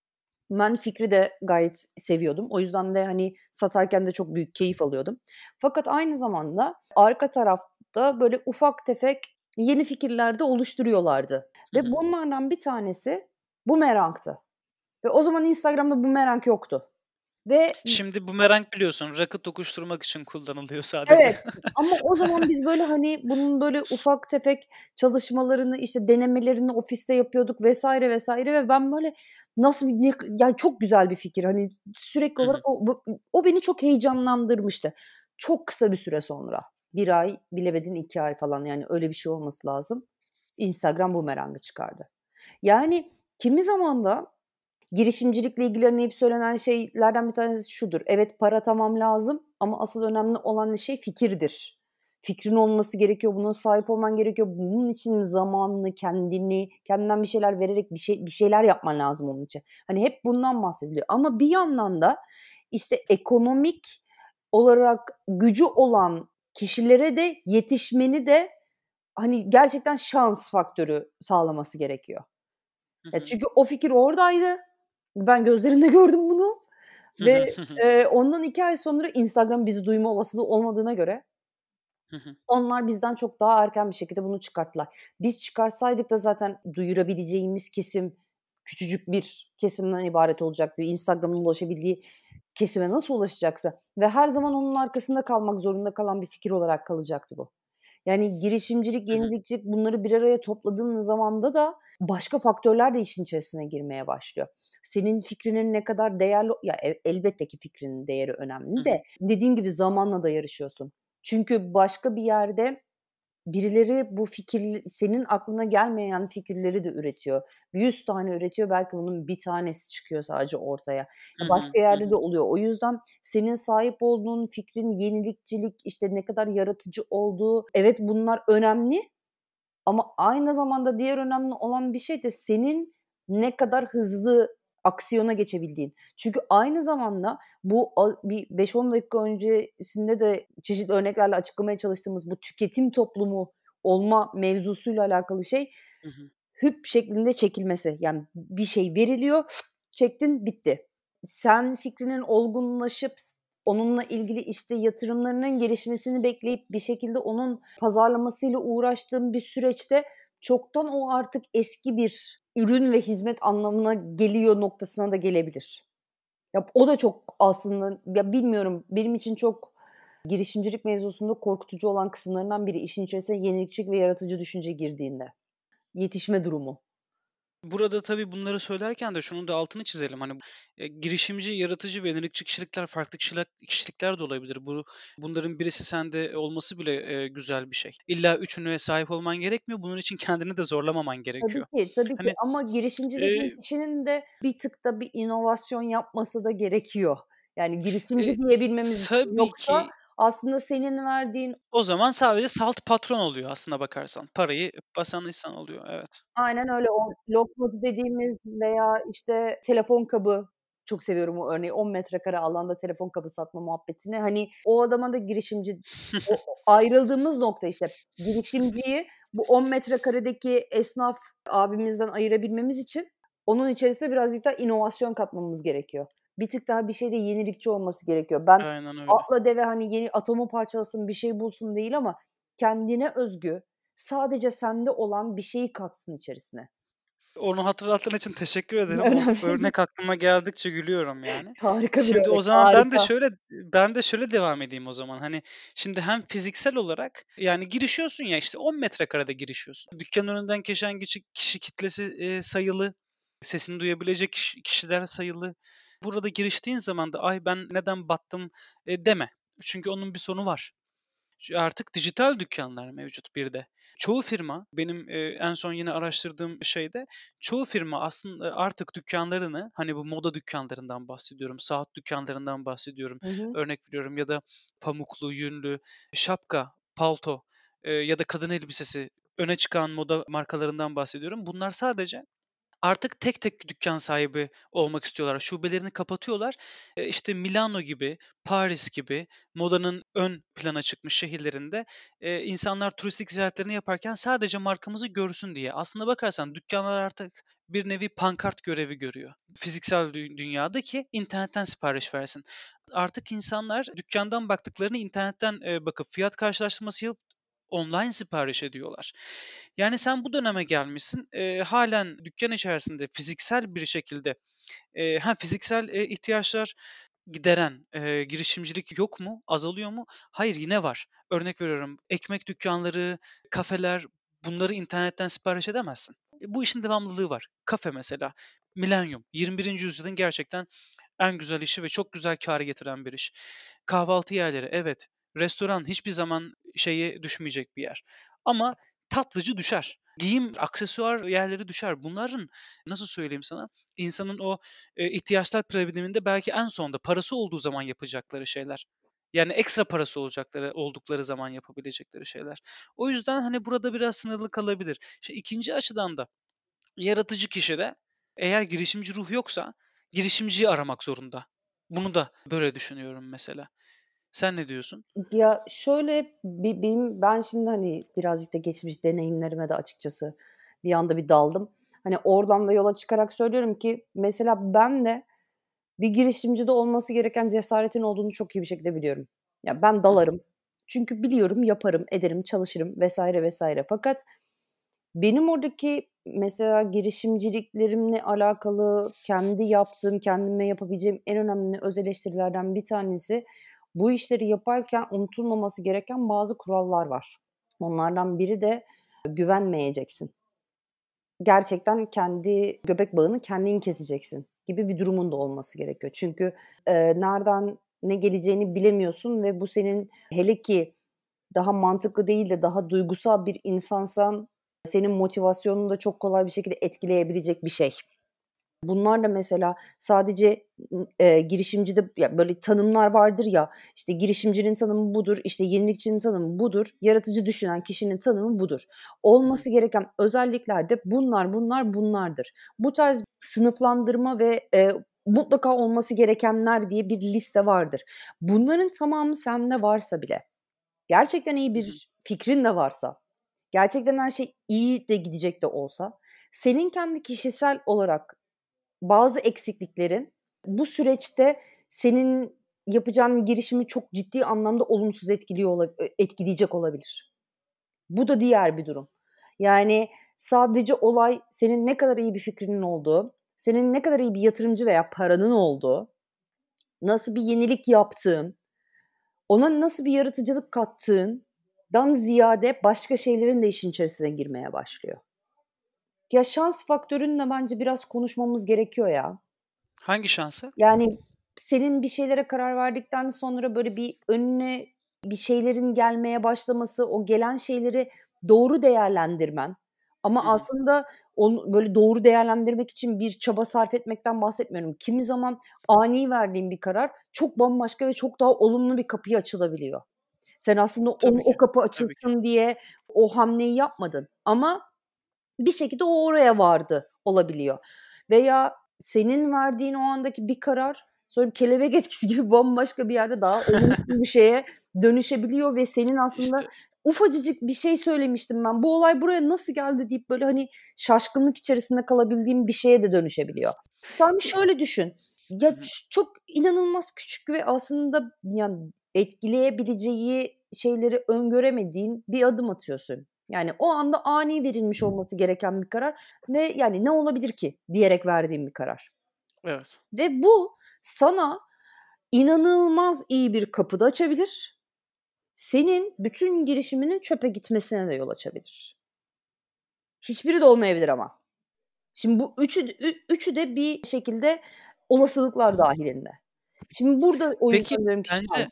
Ben fikri de gayet seviyordum. O yüzden de, hani, satarken de çok büyük keyif alıyordum. Fakat aynı zamanda arka tarafta böyle ufak tefek yeni fikirler de oluşturuyorlardı Hı ve hı. bunlardan bir tanesi bumerang'tı ve o zaman Instagram'da bumerang yoktu ve Şimdi bumerang biliyorsun rakı tokuşturmak için kullanılıyor sadece. evet, ama o zaman biz, böyle, hani, bunun, böyle, ufak tefek çalışmalarını, işte, denemelerini ofiste yapıyorduk vs. vs. ve ben, böyle, nasıl bir yani, çok güzel bir fikir. Hani, sürekli Hı olarak hı. o beni çok heyecanlandırmıştı. Çok kısa bir süre sonra, 1 ay, bilemedin 2 ay falan, yani, öyle bir şey olması lazım. Instagram bumerang'ı çıkardı. Yani, kimi zaman da girişimcilikle ilgili, hani, hep söylenen şeylerden bir tanesi şudur: Evet, para tamam lazım ama asıl önemli olan şey fikirdir. Fikrin olması gerekiyor, buna sahip olman gerekiyor. Bunun için zamanını, kendini, kendinden bir şeyler vererek bir şeyler yapman lazım onun için. Hani, hep bundan bahsediliyor ama bir yandan da, işte, ekonomik olarak gücü olan kişilere de yetişmeni de, hani, gerçekten şans faktörü sağlaması gerekiyor. Hı Ya, hı. çünkü o fikir oradaydı. Ben gözlerimle gördüm bunu Hı ve, hı. Hı hı. ondan 2 ay sonra Instagram bizi duyma olasılığı olmadığına göre Hı hı. onlar bizden çok daha erken bir şekilde bunu çıkarttılar. Biz çıkarsaydık da zaten duyurabileceğimiz kesim küçücük bir kesimden ibaret olacaktı. Instagram'ın ulaşabildiği kesime nasıl ulaşacaksa ve her zaman onun arkasında kalmak zorunda kalan bir fikir olarak kalacaktı bu. Yani girişimcilik, Hı hı. yenilikçilik bunları bir araya topladığın zamanda da başka faktörler de işin içerisine girmeye başlıyor. Senin fikrinin ne kadar değerli ya, elbette ki fikrinin değeri Hı önemli hı. de dediğim gibi zamanla da yarışıyorsun. Çünkü başka bir yerde birileri bu senin aklına gelmeyen fikirleri de üretiyor. 100 tane üretiyor, belki bunun bir tanesi çıkıyor sadece ortaya. Hı hı. Başka Hı yerde de hı. oluyor. O yüzden senin sahip olduğun fikrin yenilikçilik, işte, ne kadar yaratıcı olduğu, evet bunlar önemli ama aynı zamanda diğer önemli olan bir şey de senin ne kadar hızlı aksiyona geçebildiğin. Çünkü aynı zamanda bu bir 5-10 dakika öncesinde de çeşitli örneklerle açıklamaya çalıştığımız bu tüketim toplumu olma mevzusuyla alakalı şey, Hı hı. hüp şeklinde çekilmesi. Yani bir şey veriliyor, çektin, bitti. Sen fikrinin olgunlaşıp onunla ilgili, işte, yatırımlarının gelişmesini bekleyip bir şekilde onun pazarlamasıyla uğraştığın bir süreçte çoktan o artık eski bir ürün ve hizmet anlamına geliyor noktasına da gelebilir. Ya, o da çok aslında, ya, bilmiyorum, benim için çok girişimcilik mevzusunda korkutucu olan kısımlarından biri işin içerisine yenilikçilik ve yaratıcı düşünce girdiğinde. Yetişme durumu. Burada tabii bunları söylerken de şunun da altını çizelim. Hani, girişimci, yaratıcı ve yenilikçi kişilikler farklı kişilikler de olabilir. Bunların birisi sende olması bile, güzel bir şey. İlla üçüne sahip olman gerekmiyor. Bunun için kendini de zorlamaman Tabii gerekiyor. ki, tabii ki Hani, ama girişimci dediğin eee, kişinin de bir tık da bir inovasyon yapması da gerekiyor. Yani girişimci eee, diyebilmemiz için. tabii Yoksa ki aslında senin verdiğin o zaman sadece salt patron oluyor aslına bakarsan. Parayı basan insan oluyor. Evet. aynen öyle. O lokmacı dediğimiz veya, işte, telefon kabı, çok seviyorum o örneği. 10 metrekare alanda telefon kabı satma muhabbetini. Hani, o adama da girişimci, o ayrıldığımız nokta, işte, girişimciyi bu 10 metrekaredeki esnaf abimizden ayırabilmemiz için onun içerisine birazcık daha inovasyon katmamız gerekiyor. Bir tık daha bir şeyde yenilikçi olması gerekiyor. Ben Aynen öyle. atla deve, hani, yeni atomu parçalasın, bir şey bulsun değil ama kendine özgü, sadece sende olan bir şeyi katsın içerisine. Onu hatırlattığın için teşekkür ederim. O Önemli değil. örnek aklıma geldikçe gülüyorum yani. Harika bir Şimdi o örnek, zaman harika. ben de şöyle devam edeyim o zaman. Hani, şimdi hem fiziksel olarak, yani, girişiyorsun ya, işte, 10 metrekarede girişiyorsun. Dükkânın önünden geçen kişi kitlesi, sayılı, sesini duyabilecek kişiler sayılı. Burada giriştiğin zaman da "Ay, ben neden battım?" Deme. Çünkü onun bir sonu var. Artık dijital dükkânlar mevcut bir de. Çoğu firma benim, en son yine araştırdığım şeyde, çoğu firma aslında artık dükkânlarını, hani, bu moda dükkânlarından bahsediyorum, saat dükkânlarından bahsediyorum, Hı hı. örnek veriyorum ya da pamuklu, yünlü, şapka, palto, ya da kadın elbisesi, öne çıkan moda markalarından bahsediyorum. Bunlar sadece artık tek tek dükkân sahibi olmak istiyorlar. Şubelerini kapatıyorlar. İşte Milano gibi, Paris gibi modanın ön plana çıkmış şehirlerinde, insanlar turistik ziyaretlerini yaparken sadece markamızı görsün diye. Aslına bakarsan dükkânlar artık bir nevi pankart görevi görüyor. Fiziksel dünyada ki internetten sipariş versin. Artık insanlar dükkândan baktıklarını internetten, bakıp fiyat karşılaştırması yapıp online sipariş ediyorlar. Yani sen bu döneme gelmişsin. Hâlen dükkân içerisinde fiziksel bir şekilde, fiziksel, ihtiyaçlar gideren, girişimcilik yok mu? Azalıyor mu? Hayır, yine var. Örnek veriyorum, ekmek dükkânları, kafeler, bunları internetten sipariş edemezsin. Bu işin devamlılığı var. Kafe mesela, Milenyum, 21. yüzyılın gerçekten en güzel işi ve çok güzel kâr getiren bir iş. Kahvaltı yerleri, evet. Restoran hiçbir zaman şeye düşmeyecek bir yer ama tatlıcı düşer. Giyim, aksesuar yerleri düşer. Bunların, nasıl söyleyeyim sana, insanın o, ihtiyaçlar piramidinde belki en sonda parası olduğu zaman yapacakları şeyler. Yani ekstra parası oldukları zaman yapabilecekleri şeyler. O yüzden, hani, burada biraz sınırlı kalabilir. 2'nci açıdan da yaratıcı kişide eğer girişimci ruh yoksa girişimciyi aramak zorunda. Bunu da böyle düşünüyorum mesela. Sen ne diyorsun? Ya, şöyle, ben şimdi, hani, birazcık da geçmiş deneyimlerime de açıkçası bir anda bir daldım. Hani, oradan da yola çıkarak söylüyorum ki mesela ben de bir girişimcide olması gereken cesaretin olduğunu çok iyi bir şekilde biliyorum. Ya, ben Hı hı. dalarım. Çünkü biliyorum, yaparım, ederim, çalışırım vs. vs. Fakat benim oradaki mesela girişimciliklerimle alakalı kendi yaptığım, kendime yapabileceğim en önemli öz eleştirilerden bir tanesi, bu işleri yaparken unutulmaması gereken bazı kurallar var. Onlardan biri de güvenmeyeceksin. Gerçekten kendi göbek bağını kendin keseceksin gibi bir durumun da olması gerekiyor. Çünkü, nereden ne geleceğini bilemiyorsun ve bu senin hele ki daha mantıklı değil de daha duygusal bir insansan senin motivasyonunu da çok kolay bir şekilde etkileyebilecek bir şey. Bunlar da mesela sadece, girişimcide ya, böyle tanımlar vardır ya, işte, girişimcinin tanımı budur, işte, yenilikçinin tanımı budur, yaratıcı düşünen kişinin tanımı budur. Hı hı. Olması gereken özellikler de bunlar, bunlar, bunlardır. Bu tarz sınıflandırma ve, mutlaka olması gerekenler diye bir liste vardır. Bunların tamamı sende varsa bile, gerçekten iyi Hı hı. bir fikrin de varsa, gerçekten her şey iyi de gidecek de olsa, senin kendi kişisel olarak bazı eksikliklerin bu süreçte senin yapacağın girişimi çok ciddi anlamda olumsuz etkileyecek olabilir. Bu da diğer bir durum. Yani sadece olay senin ne kadar iyi bir fikrinin olduğu, senin ne kadar iyi bir yatırımcı veya paranın olduğu, nasıl bir yenilik yaptığın, ona nasıl bir yaratıcılık kattığından ziyade başka şeylerin de işin içerisine girmeye başlıyor. Ya şans faktörünü bence biraz konuşmamız gerekiyor ya. Hangi şansı? Yani, senin bir şeylere karar verdikten sonra, böyle, bir önüne bir şeylerin gelmeye başlaması, o gelen şeyleri doğru değerlendirmen Hı ama hı. aslında onu, böyle, doğru değerlendirmek için bir çaba sarf etmekten bahsetmiyorum. Kimi zaman ani verdiğin bir karar çok bambaşka ve çok daha olumlu bir kapıya açılabiliyor. Sen aslında Tabii o ki. kapı Tabii ki. açılsın diye o hamleyi yapmadın ama bir şekilde o oraya vardı olabiliyor veya senin verdiğin o andaki bir karar sonra bir kelebek etkisi gibi bambaşka bir yerde daha olumsuz bir şeye dönüşebiliyor ve senin aslında İşte. ufacıcık bir şey söylemiştim ben, bu olay buraya nasıl geldi deyip böyle, hani, şaşkınlık içerisinde kalabildiğin bir şeye de dönüşebiliyor. Sen şöyle düşün, Hı ya hı. çok inanılmaz küçük ve aslında yani etkileyebileceği şeyleri öngöremediğin bir adım atıyorsun. Yani o anda ani verilmiş olması gereken bir karar ve yani ne olabilir ki diyerek verdiğim bir karar. Evet. Ve bu sana inanılmaz iyi bir kapı da açabilir. Senin bütün girişiminin çöpe gitmesine de yol açabilir. Hiçbiri de olmayabilir ama. Şimdi bu üçü de bir şekilde olasılıklar dâhilinde. Şimdi burada o Peki, yüzden diyorum ki sence, şans.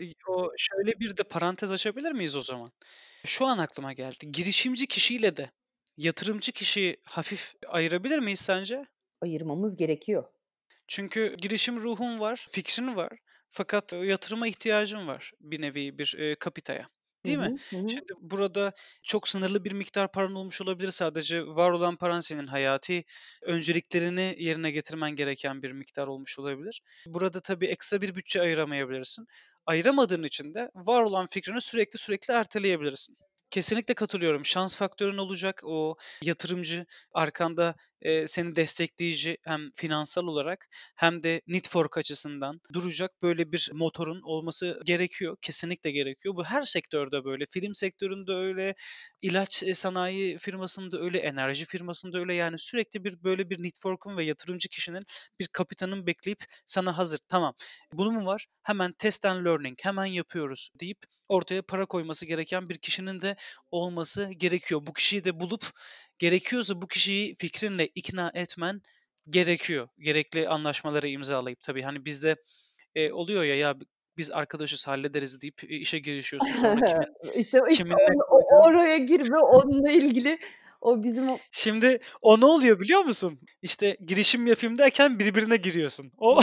o şöyle bir de parantez açabilir miyiz o zaman? Şu an aklıma geldi. Girişimci kişiyle de yatırımcı kişiyi hafif ayırabilir miyiz sence? Ayırmamız gerekiyor. Çünkü girişim ruhun var, fikrin var fakat, yatırıma ihtiyacın var bir nevi bir, kapitaya, Hı değil mi? hı. Hı hı. Şimdi burada çok sınırlı bir miktar paran olmuş olabilir. Sadece var olan paran senin hayati önceliklerini yerine getirmen gereken bir miktar olmuş olabilir. Burada tabii ekstra bir bütçe ayıramayabilirsin. Ayıramadığın için de var olan fikrini sürekli erteleyebilirsin. Kesinlikle katılıyorum. Şans faktörün olacak. O yatırımcı arkanda, seni destekleyici hem finansal olarak hem de network açısından duracak böyle bir motorun olması gerekiyor. Kesinlikle gerekiyor. Bu her sektörde böyle. Film sektöründe öyle, ilaç, sanayi firmasında öyle, enerji firmasında öyle. Yani sürekli bir böyle bir network'un ve yatırımcı kişinin, bir kapitanın bekleyip sana hazır, "Tamam, bunu mu var? Hemen test and learning, hemen yapıyoruz." deyip ortaya para koyması gereken bir kişinin de olması gerekiyor. Bu kişiyi de bulup gerekiyorsa bu kişiyi fikrinle ikna etmen gerekiyor. Gerekli anlaşmaları imzalayıp tabii, hani, bizde, oluyor ya, "Ya, biz arkadaşız, hallederiz." deyip, işe girişiyorsun. Sonra İşte kimin ne o koyduğunu. oraya girme, onunla ilgili o bizim o Şimdi o ne oluyor biliyor musun? İşte, girişim yapayım derken birbirine giriyorsun. O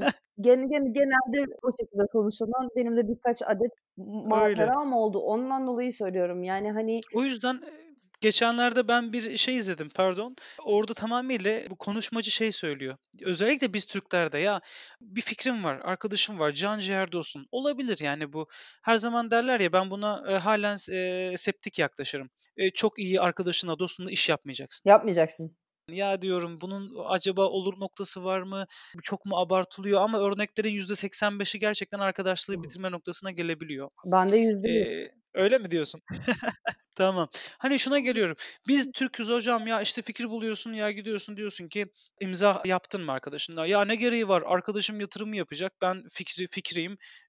genelde o şekilde sonuçlanan benim de birkaç adet öyle. maceram oldu. Ondan dolayı söylüyorum. Yani, hani. O yüzden, geçenlerde ben bir şey izledim, pardon. Orada tamamıyla bu konuşmacı şey söylüyor. Özellikle biz Türklerde, "Ya, bir fikrim var, arkadaşım var, can ciğer dostum." Olabilir, yani bu her zaman derler ya, ben buna, hâlen septik yaklaşırım. Çok iyi arkadaşınla, dostunla iş yapmayacaksın. Yapmayacaksın. Ya, diyorum, bunun acaba olur noktası var mı? Bu çok mu abartılıyor? Ama örneklerin %85'i gerçekten arkadaşlığı bitirme noktasına gelebiliyor. Bende %100. Öyle mi diyorsun? Tamam. Hani şuna geliyorum. Biz Türk'üz hocam ya işte fikir buluyorsun ya gidiyorsun diyorsun ki imza yaptın mı arkadaşınla? Ya ne gereği var? Arkadaşım yatırım yapacak. Ben fikriyim.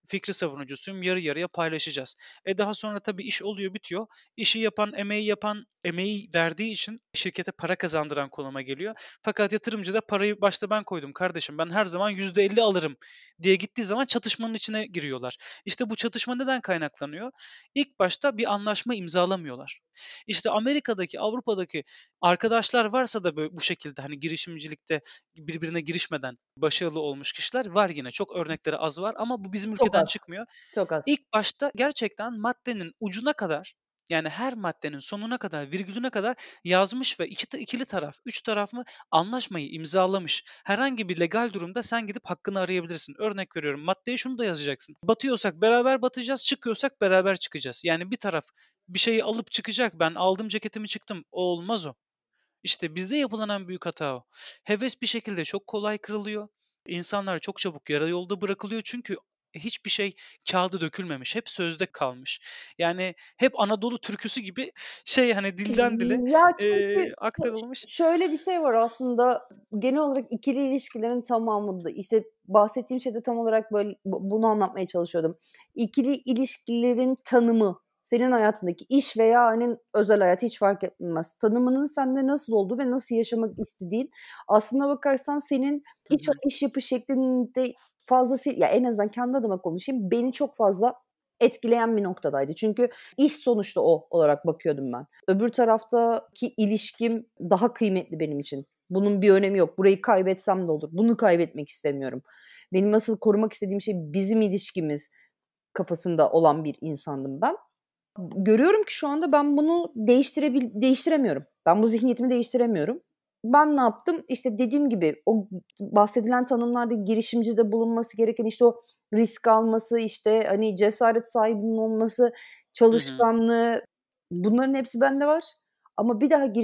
fikri savunucusuyum, yarı yarıya paylaşacağız. Daha sonra tabii iş oluyor, bitiyor. İşi yapan, emeği yapan, emeği verdiği için şirkete para kazandıran konuma geliyor. Fakat yatırımcı da parayı başta ben koydum kardeşim, ben her zaman %50 alırım diye gittiği zaman çatışmanın içine giriyorlar. İşte bu çatışma neden kaynaklanıyor? İlk başta bir anlaşma imzalamıyorlar. İşte Amerika'daki, Avrupa'daki arkadaşlar varsa da bu şekilde hani girişimcilikte birbirine girişmeden başarılı olmuş kişiler var yine. Çok örnekleri az var ama bu bizim Çok ülkeden az, çıkmıyor. çok az. İlk başta gerçekten maddenin ucuna kadar, yani her maddenin sonuna kadar, virgülüne kadar yazmış ve ikili taraf, 3 taraf mı anlaşmayı imzalamış. Herhangi bir legal durumda sen gidip hakkını arayabilirsin. Örnek veriyorum, maddeye şunu da yazacaksın. Batıyorsak beraber batacağız, çıkıyorsak beraber çıkacağız. Yani bir taraf bir şeyi alıp çıkacak. Ben aldım ceketimi çıktım. O olmaz o. İşte bizde yapılan en büyük hata o. Heves bir şekilde çok kolay kırılıyor. İnsanlar çok çabuk yarı yolda bırakılıyor çünkü hiçbir şey kağıda dökülmemiş. Hep sözde kalmış. Yani hep Anadolu türküsü gibi şey hani dilden dile Ya, çünkü aktarılmış. şöyle bir şey var aslında, genel olarak ikili ilişkilerin tamamında, işte, bahsettiğim şeyde tam olarak böyle bunu anlatmaya çalışıyordum. İkili ilişkilerin tanımı, senin hayatındaki iş veya, hani, özel hayat hiç fark etmez. Tanımının sende nasıl olduğu ve nasıl yaşamak istediğin, aslına bakarsan senin Hı hı. iş yapış şeklinde ya, en azından kendi adıma konuşayım, beni çok fazla etkileyen bir noktadaydı. Çünkü iş sonuçta o olarak bakıyordum ben. Öbür taraftaki ilişkim daha kıymetli benim için. Bunun bir önemi yok. Burayı kaybetsem de olur. Bunu kaybetmek istemiyorum. Benim asıl korumak istediğim şey bizim ilişkimiz kafasında olan bir insandım ben. Görüyorum ki şu anda ben bunu değiştiremiyorum. Ben bu zihniyetimi değiştiremiyorum. Ben ne yaptım? İşte, dediğim gibi o bahsedilen tanımlarda girişimcide bulunması gereken, işte, o risk alması, işte, hani, cesaret sahibinin olması, Hı hı. çalışkanlığı, bunların hepsi bende var ama bir daha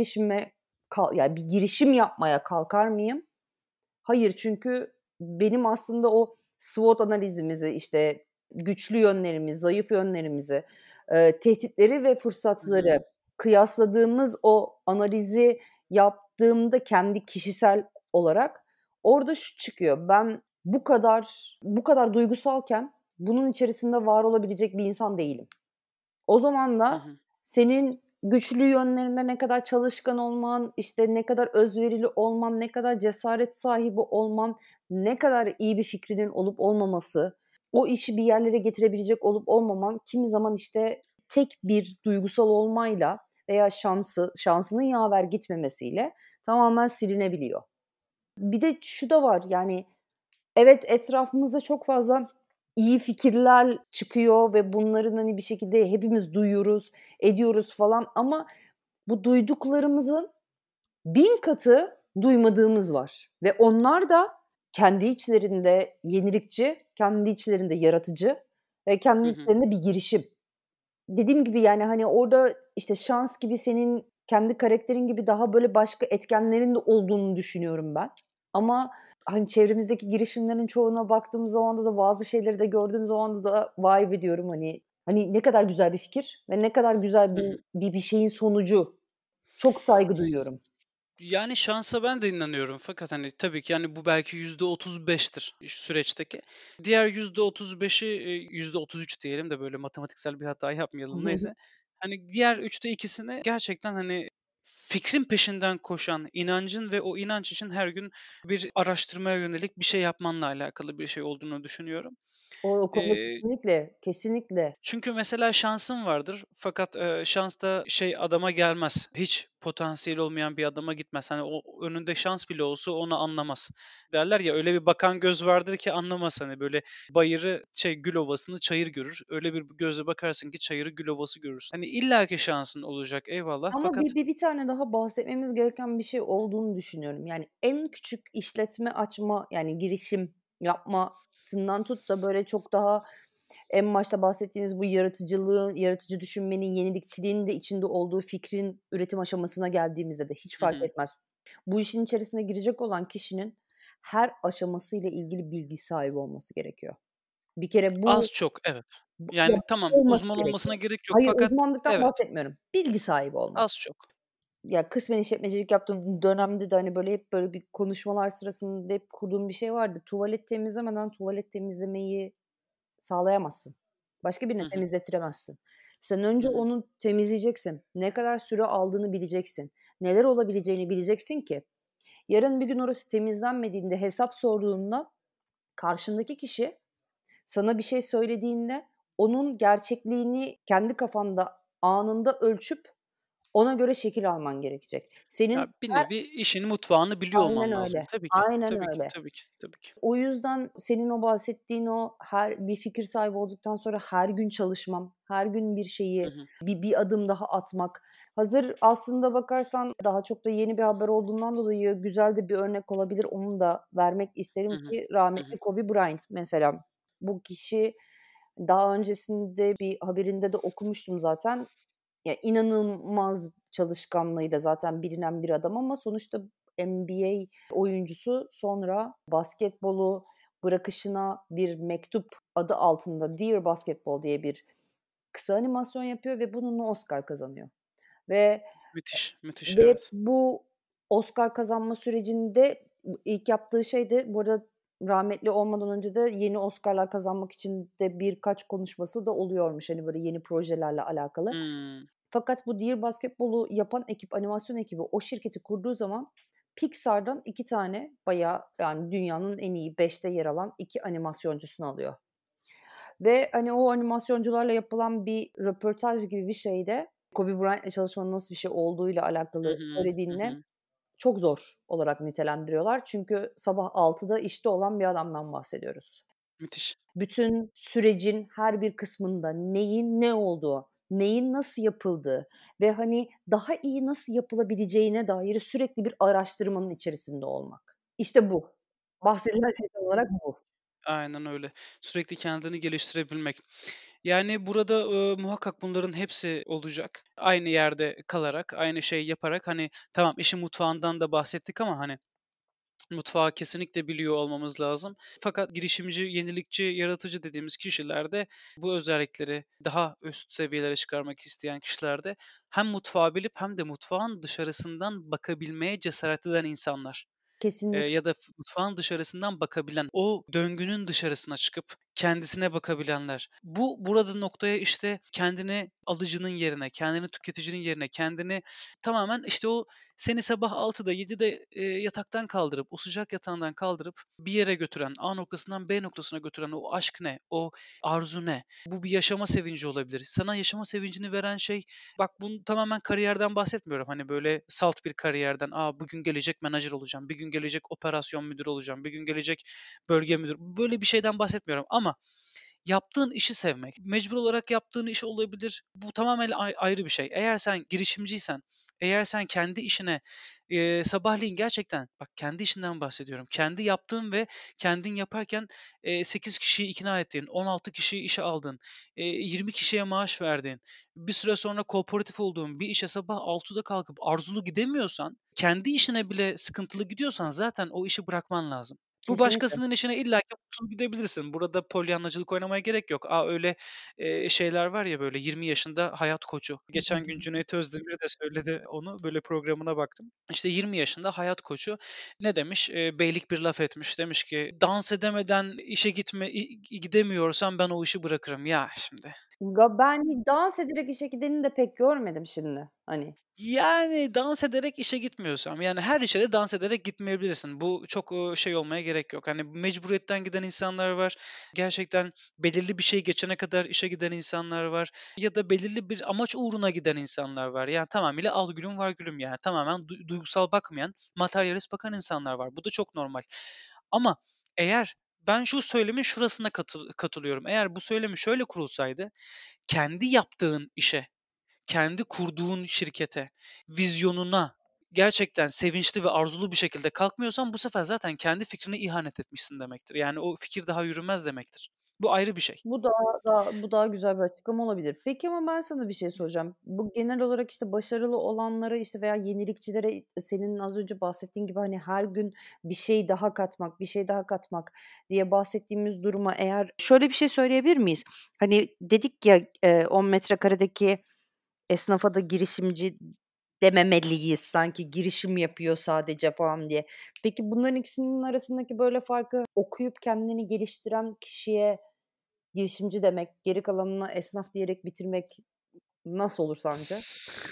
yani, bir girişim yapmaya kalkar mıyım? Hayır, çünkü benim aslında o SWOT analizimizi, işte, güçlü yönlerimiz, zayıf yönlerimizi, tehditleri ve Hı hı. fırsatları kıyasladığımız o analizi yaptığımda kendi kişisel olarak orada şu çıkıyor: Ben bu kadar duygusalken bunun içerisinde var olabilecek bir insan değilim. O zaman Hı da hı. senin güçlü yönlerinde ne kadar çalışkan olman, işte, ne kadar özverili olman, ne kadar cesaret sahibi olman, ne kadar iyi bir fikrinin olup olmaması, o işi bir yerlere getirebilecek olup olmaman kimi zaman, işte, tek bir duygusal olmayla veya şansının yaver gitmemesiyle tamamen silinebiliyor. Bir de şu da var, yani, evet, etrafımızda çok fazla iyi fikirler çıkıyor ve bunların, hani, bir şekilde hepimiz duyuyoruz, ediyoruz falan ama bu duyduklarımızın 1000 katı duymadığımız var ve onlar da kendi içlerinde yenilikçi, kendi içlerinde yaratıcı ve Hı kendi hı. içlerinde bir girişim. Dediğim gibi, yani, hani, orada, işte, şans gibi senin kendi karakterin gibi daha böyle başka etkenlerin de olduğunu düşünüyorum ben. Ama, hani, çevremizdeki girişimlerin çoğuna baktığım zaman da bazı şeyleri de gördüğüm zaman da vay be diyorum, hani, ne kadar güzel bir fikir ve ne kadar güzel Hı hı. bir şeyin sonucu. Çok saygı duyuyorum. Yani şansa ben de inanıyorum fakat, hani, tabii ki, yani, bu belki %35'tir süreçteki. Diğer %35'i, %33 diyelim de böyle matematiksel bir hata yapmayalım, neyse. Hani, diğer 2'sini gerçekten, hani, fikrin peşinden koşan, inancın ve o inanç için her gün bir araştırmaya yönelik bir şey yapmanla alakalı bir şey olduğunu düşünüyorum. O konuda Eee kesinlikle, kesinlikle. çünkü mesela şansın vardır fakat, şans da şey adama gelmez. Hiç potansiyeli olmayan bir adama gitmez. Hani, o önünde şans bile olsa onu anlamaz. Derler ya, öyle bir bakan göz vardır ki anlamaz. Hani, böyle bayırı, gül ovasını çayır görür. Öyle bir gözle bakarsın ki çayırı gül ovası görürsün. Hani, illaki şansın olacak eyvallah Ama fakat bir tane daha bahsetmemiz gereken bir şey olduğunu düşünüyorum. Yani en küçük işletme açma, yani girişim yapmasından tut da böyle çok daha en başta bahsettiğimiz bu yaratıcı düşünmenin, yenilikçiliğin de içinde olduğu fikrin üretim aşamasına geldiğimizde de hiç Hı fark hı. etmez. Bu işin içerisine girecek olan kişinin her aşamasıyla ilgili bilgi sahibi olması gerekiyor. Bir kere Az çok evet. ya, Yani tamam, olması uzman olmasına gerekiyor. gerek yok Hayır, fakat uzmanlıktan evet, bahsetmiyorum. Bilgi sahibi olmak. az çok. Ya, kısmen işletmecilik yaptığım dönemde de, hani, böyle, hep böyle bir konuşmalar sırasında hep kurduğum bir şey vardı. Tuvalet temizlemeden tuvalet temizlemeyi sağlayamazsın. Başka Hı birine hı. temizlettiremezsin. Sen Hı önce hı. onu temizleyeceksin. Ne kadar süre aldığını bileceksin. Neler olabileceğini bileceksin ki yarın bir gün orası temizlenmediğinde, hesap sorduğunda karşındaki kişi sana bir şey söylediğinde onun gerçekliğini kendi kafanda anında ölçüp ona göre şekil alman gerekecek. Ya, Senin bir nevi işin mutfağını biliyor aynen olman lazım. öyle, Tabii ki, aynen tabii ki, öyle. tabii ki, tabii ki. O yüzden senin o bahsettiğin o bir fikir sahibi olduktan sonra her gün çalışmam, her gün bir Hı şeyi hı. bir adım daha atmak. Hazır aslında bakarsan daha çok da yeni bir haber olduğundan dolayı güzel de bir örnek olabilir. Onu da vermek Hı isterim hı. ki Hı hı. rahmetli Kobe Bryant mesela. Bu kişi daha öncesinde bir haberinde de okumuştum zaten. Ya, inanılmaz çalışkanlığıyla zaten bilinen bir adam ama sonuçta NBA oyuncusu sonra basketbolu bırakışına bir mektup adı altında Dear Basketball diye bir kısa animasyon yapıyor ve bununla Oscar kazanıyor. Ve Müthiş, müthiş, ve evet. bu Oscar kazanma sürecinde ilk yaptığı şey de bu arada rahmetli olmadan önce de yeni Oscar'lar kazanmak için de birkaç konuşması da oluyormuş, hani, böyle yeni projelerle alakalı. Hımm. Fakat bu Dear Basketball'u yapan ekip, animasyon ekibi o şirketi kurduğu zaman Pixar'dan 2 tane bayağı, yani, dünyanın en iyi 5'te yer alan 2 animasyoncusunu alıyor. Ve, hani, o animasyoncularla yapılan bir röportaj gibi bir şeyde Kobe Bryant'la çalışmanın nasıl bir şey olduğuyla Hı alakalı hı. Hı söylediğinde hı. çok zor olarak nitelendiriyorlar. Çünkü sabah 6'da işte olan bir adamdan bahsediyoruz. Müthiş. Bütün sürecin her bir kısmında neyin ne olduğu, neyin nasıl yapıldığı ve, hani, daha iyi nasıl yapılabileceğine dair sürekli bir araştırmanın içerisinde olmak. İşte bu. Bahsedilen şey tam olarak bu. Aynen öyle. Sürekli kendini geliştirebilmek. Yani, burada, muhakkak bunların hepsi olacak. Aynı yerde kalarak, aynı şeyi yaparak, hani, tamam işin mutfağından da bahsettik ama, hani, mutfağı kesinlikle biliyor olmamız lazım. Fakat girişimci, yenilikçi, yaratıcı dediğimiz kişilerde bu özellikleri daha üst seviyelere çıkarmak isteyen kişilerde hem mutfağı bilip hem de mutfağın dışarısından bakabilmeye cesaret eden insanlar. Kesinlikle, Ya da mutfağın dışarısından bakabilen, o döngünün dışarısına çıkıp kendisine bakabilenler. Burada noktaya, işte, kendini alıcının yerine, kendini tüketicinin yerine, kendini tamamen, işte, o seni sabah 6'da 7'de, yataktan kaldırıp, o sıcak yatağından kaldırıp bir yere götüren, A noktasından B noktasına götüren o aşk ne? O arzu ne? Bu bir yaşama sevinci olabilir. Sana yaşama sevincini veren şey, bak bunu tamamen kariyerden bahsetmiyorum. Hani, böyle salt bir kariyerden, bugün gelecek menajer olacağım, bir gün gelecek operasyon müdürü olacağım, bir gün gelecek bölge müdürü. Böyle bir şeyden bahsetmiyorum ama yaptığın işi sevmek, mecbur olarak yaptığın iş olabilir. Bu tamamen ayrı bir şey. Eğer sen girişimciysen, eğer sen kendi işine, sabahleyin gerçekten, bak kendi işinden bahsediyorum. Kendi yaptığın ve kendin yaparken, 8 kişiyi ikna ettiğin, 16 kişiyi işe aldığın, 20 kişiye maaş verdiğin, bir süre sonra kooperatif olduğun bir işe sabah 6'da kalkıp arzulu gidemiyorsan, kendi işine bile sıkıntılı gidiyorsan zaten o işi bırakman lazım. Bu kesinlikle. başkasının işine illaki mutsuz gidebilirsin. Burada polyanlacılık oynamaya gerek yok. Öyle, şeyler var ya böyle 20 yaşında hayat koçu. Geçen gün Cüneyt Özdemir de söyledi onu, böyle programına baktım. İşte 20 yaşında hayat koçu ne demiş? Beylik bir laf etmiş. Demiş ki, "Dans edemeden işe gidemiyorsam ben o işi bırakırım." Ya şimdi. Ben dans ederek işe gideni de pek görmedim şimdi, hani. Yani, dans ederek işe gitmiyorsam, yani, her işe de dans ederek gitmeyebilirsin. Bu çok, şey olmaya gerek yok. Hani, mecburiyetten giden insanlar var. Gerçekten belirli bir şey geçene kadar işe giden insanlar var ya da belirli bir amaç uğruna giden insanlar var. Yani, tamamıyla al gülüm var gülüm, yani, tamamen duygusal bakmayan, materyalist bakan insanlar var. Bu da çok normal. Ama eğer ben şu söylemin şurasına katılıyorum. Eğer bu söylemi şöyle kurulsaydı, kendi yaptığın işe, kendi kurduğun şirkete, vizyonuna gerçekten sevinçli ve arzulu bir şekilde kalkmıyorsan bu sefer zaten kendi fikrine ihanet etmişsin demektir. Yani o fikir daha yürümez demektir. Bu ayrı bir şey. Bu daha güzel bir açıklama olabilir. Peki ama ben sana bir şey soracağım. Bu genel olarak, işte, başarılı olanlara, işte, veya yenilikçilere senin az önce bahsettiğin gibi, hani, her gün bir şey daha katmak, bir şey daha katmak diye bahsettiğimiz duruma eğer şöyle bir şey söyleyebilir miyiz? Hani, dedik ya, 10 metrekaredeki esnafa da girişimci dememeliyiz, sanki girişim yapıyor sadece falan diye. Peki bunların ikisinin arasındaki böyle farkı okuyup kendini geliştiren kişiye girişimci demek, geri kalanını esnaf diyerek bitirmek nasıl olur sence?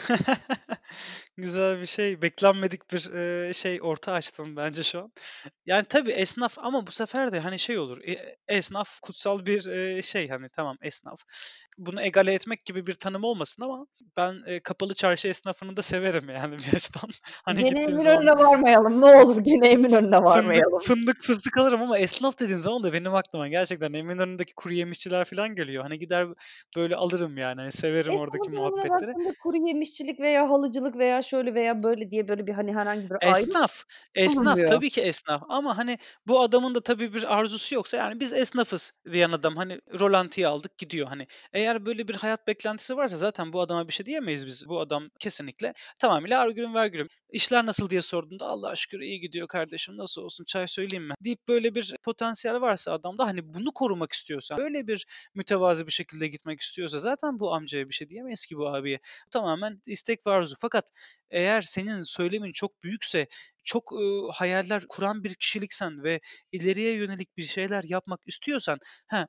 Güzel bir şey. Beklenmedik bir, şey orta açtın bence şu an. Yani, tabii esnaf ama bu sefer de, hani, şey olur, esnaf kutsal bir, şey, hani, tamam esnaf. Bunu egale etmek gibi bir tanım olmasın ama ben, kapalı çarşı esnafını da severim yani bir açıdan. Hani, Gene gittiğim zaman Eminönü'ne varmayalım, ne olur gene Eminönü'ne fındık varmayalım. fındık fıstık alırım ama esnaf dediğin zaman da benim aklıma gerçekten Eminönü'ndeki kuruyemişçiler falan geliyor. Hani, gider böyle alırım yani, hani, severim oradaki Esnafın tanımına muhabbetleri. baktığında kuruyemişçilik veya halıcılık veya şöyle veya böyle diye böyle bir, hani, herhangi bir ayrım Esnaf, esnaf bulunmuyor. tabii ki esnaf ama, hani, bu adamın da tabii bir arzusu yoksa, yani, "Biz esnafız." diyen adam, hani, rolantiye aldık gidiyor, hani. Eğer böyle bir hayat beklentisi varsa zaten bu adama bir şey diyemeyiz biz. Bu adam kesinlikle tamamıyla "Ar gülüm ver gülüm." "İşler nasıl?" diye sorduğunda, "Allah'a şükür iyi gidiyor kardeşim, nasıl olsun, çay söyleyeyim mi?" deyip böyle bir potansiyel varsa adamda, hani, bunu korumak istiyorsa, böyle bir mütevazı bir şekilde gitmek istiyorsa zaten bu amcaya bir şey diyemeyiz ki bu abiye. Tamamen istek ve arzu. Fakat eğer senin söylemin çok büyükse, çok, hayaller kuran bir kişiliksen ve ileriye yönelik bir şeyler yapmak istiyorsan,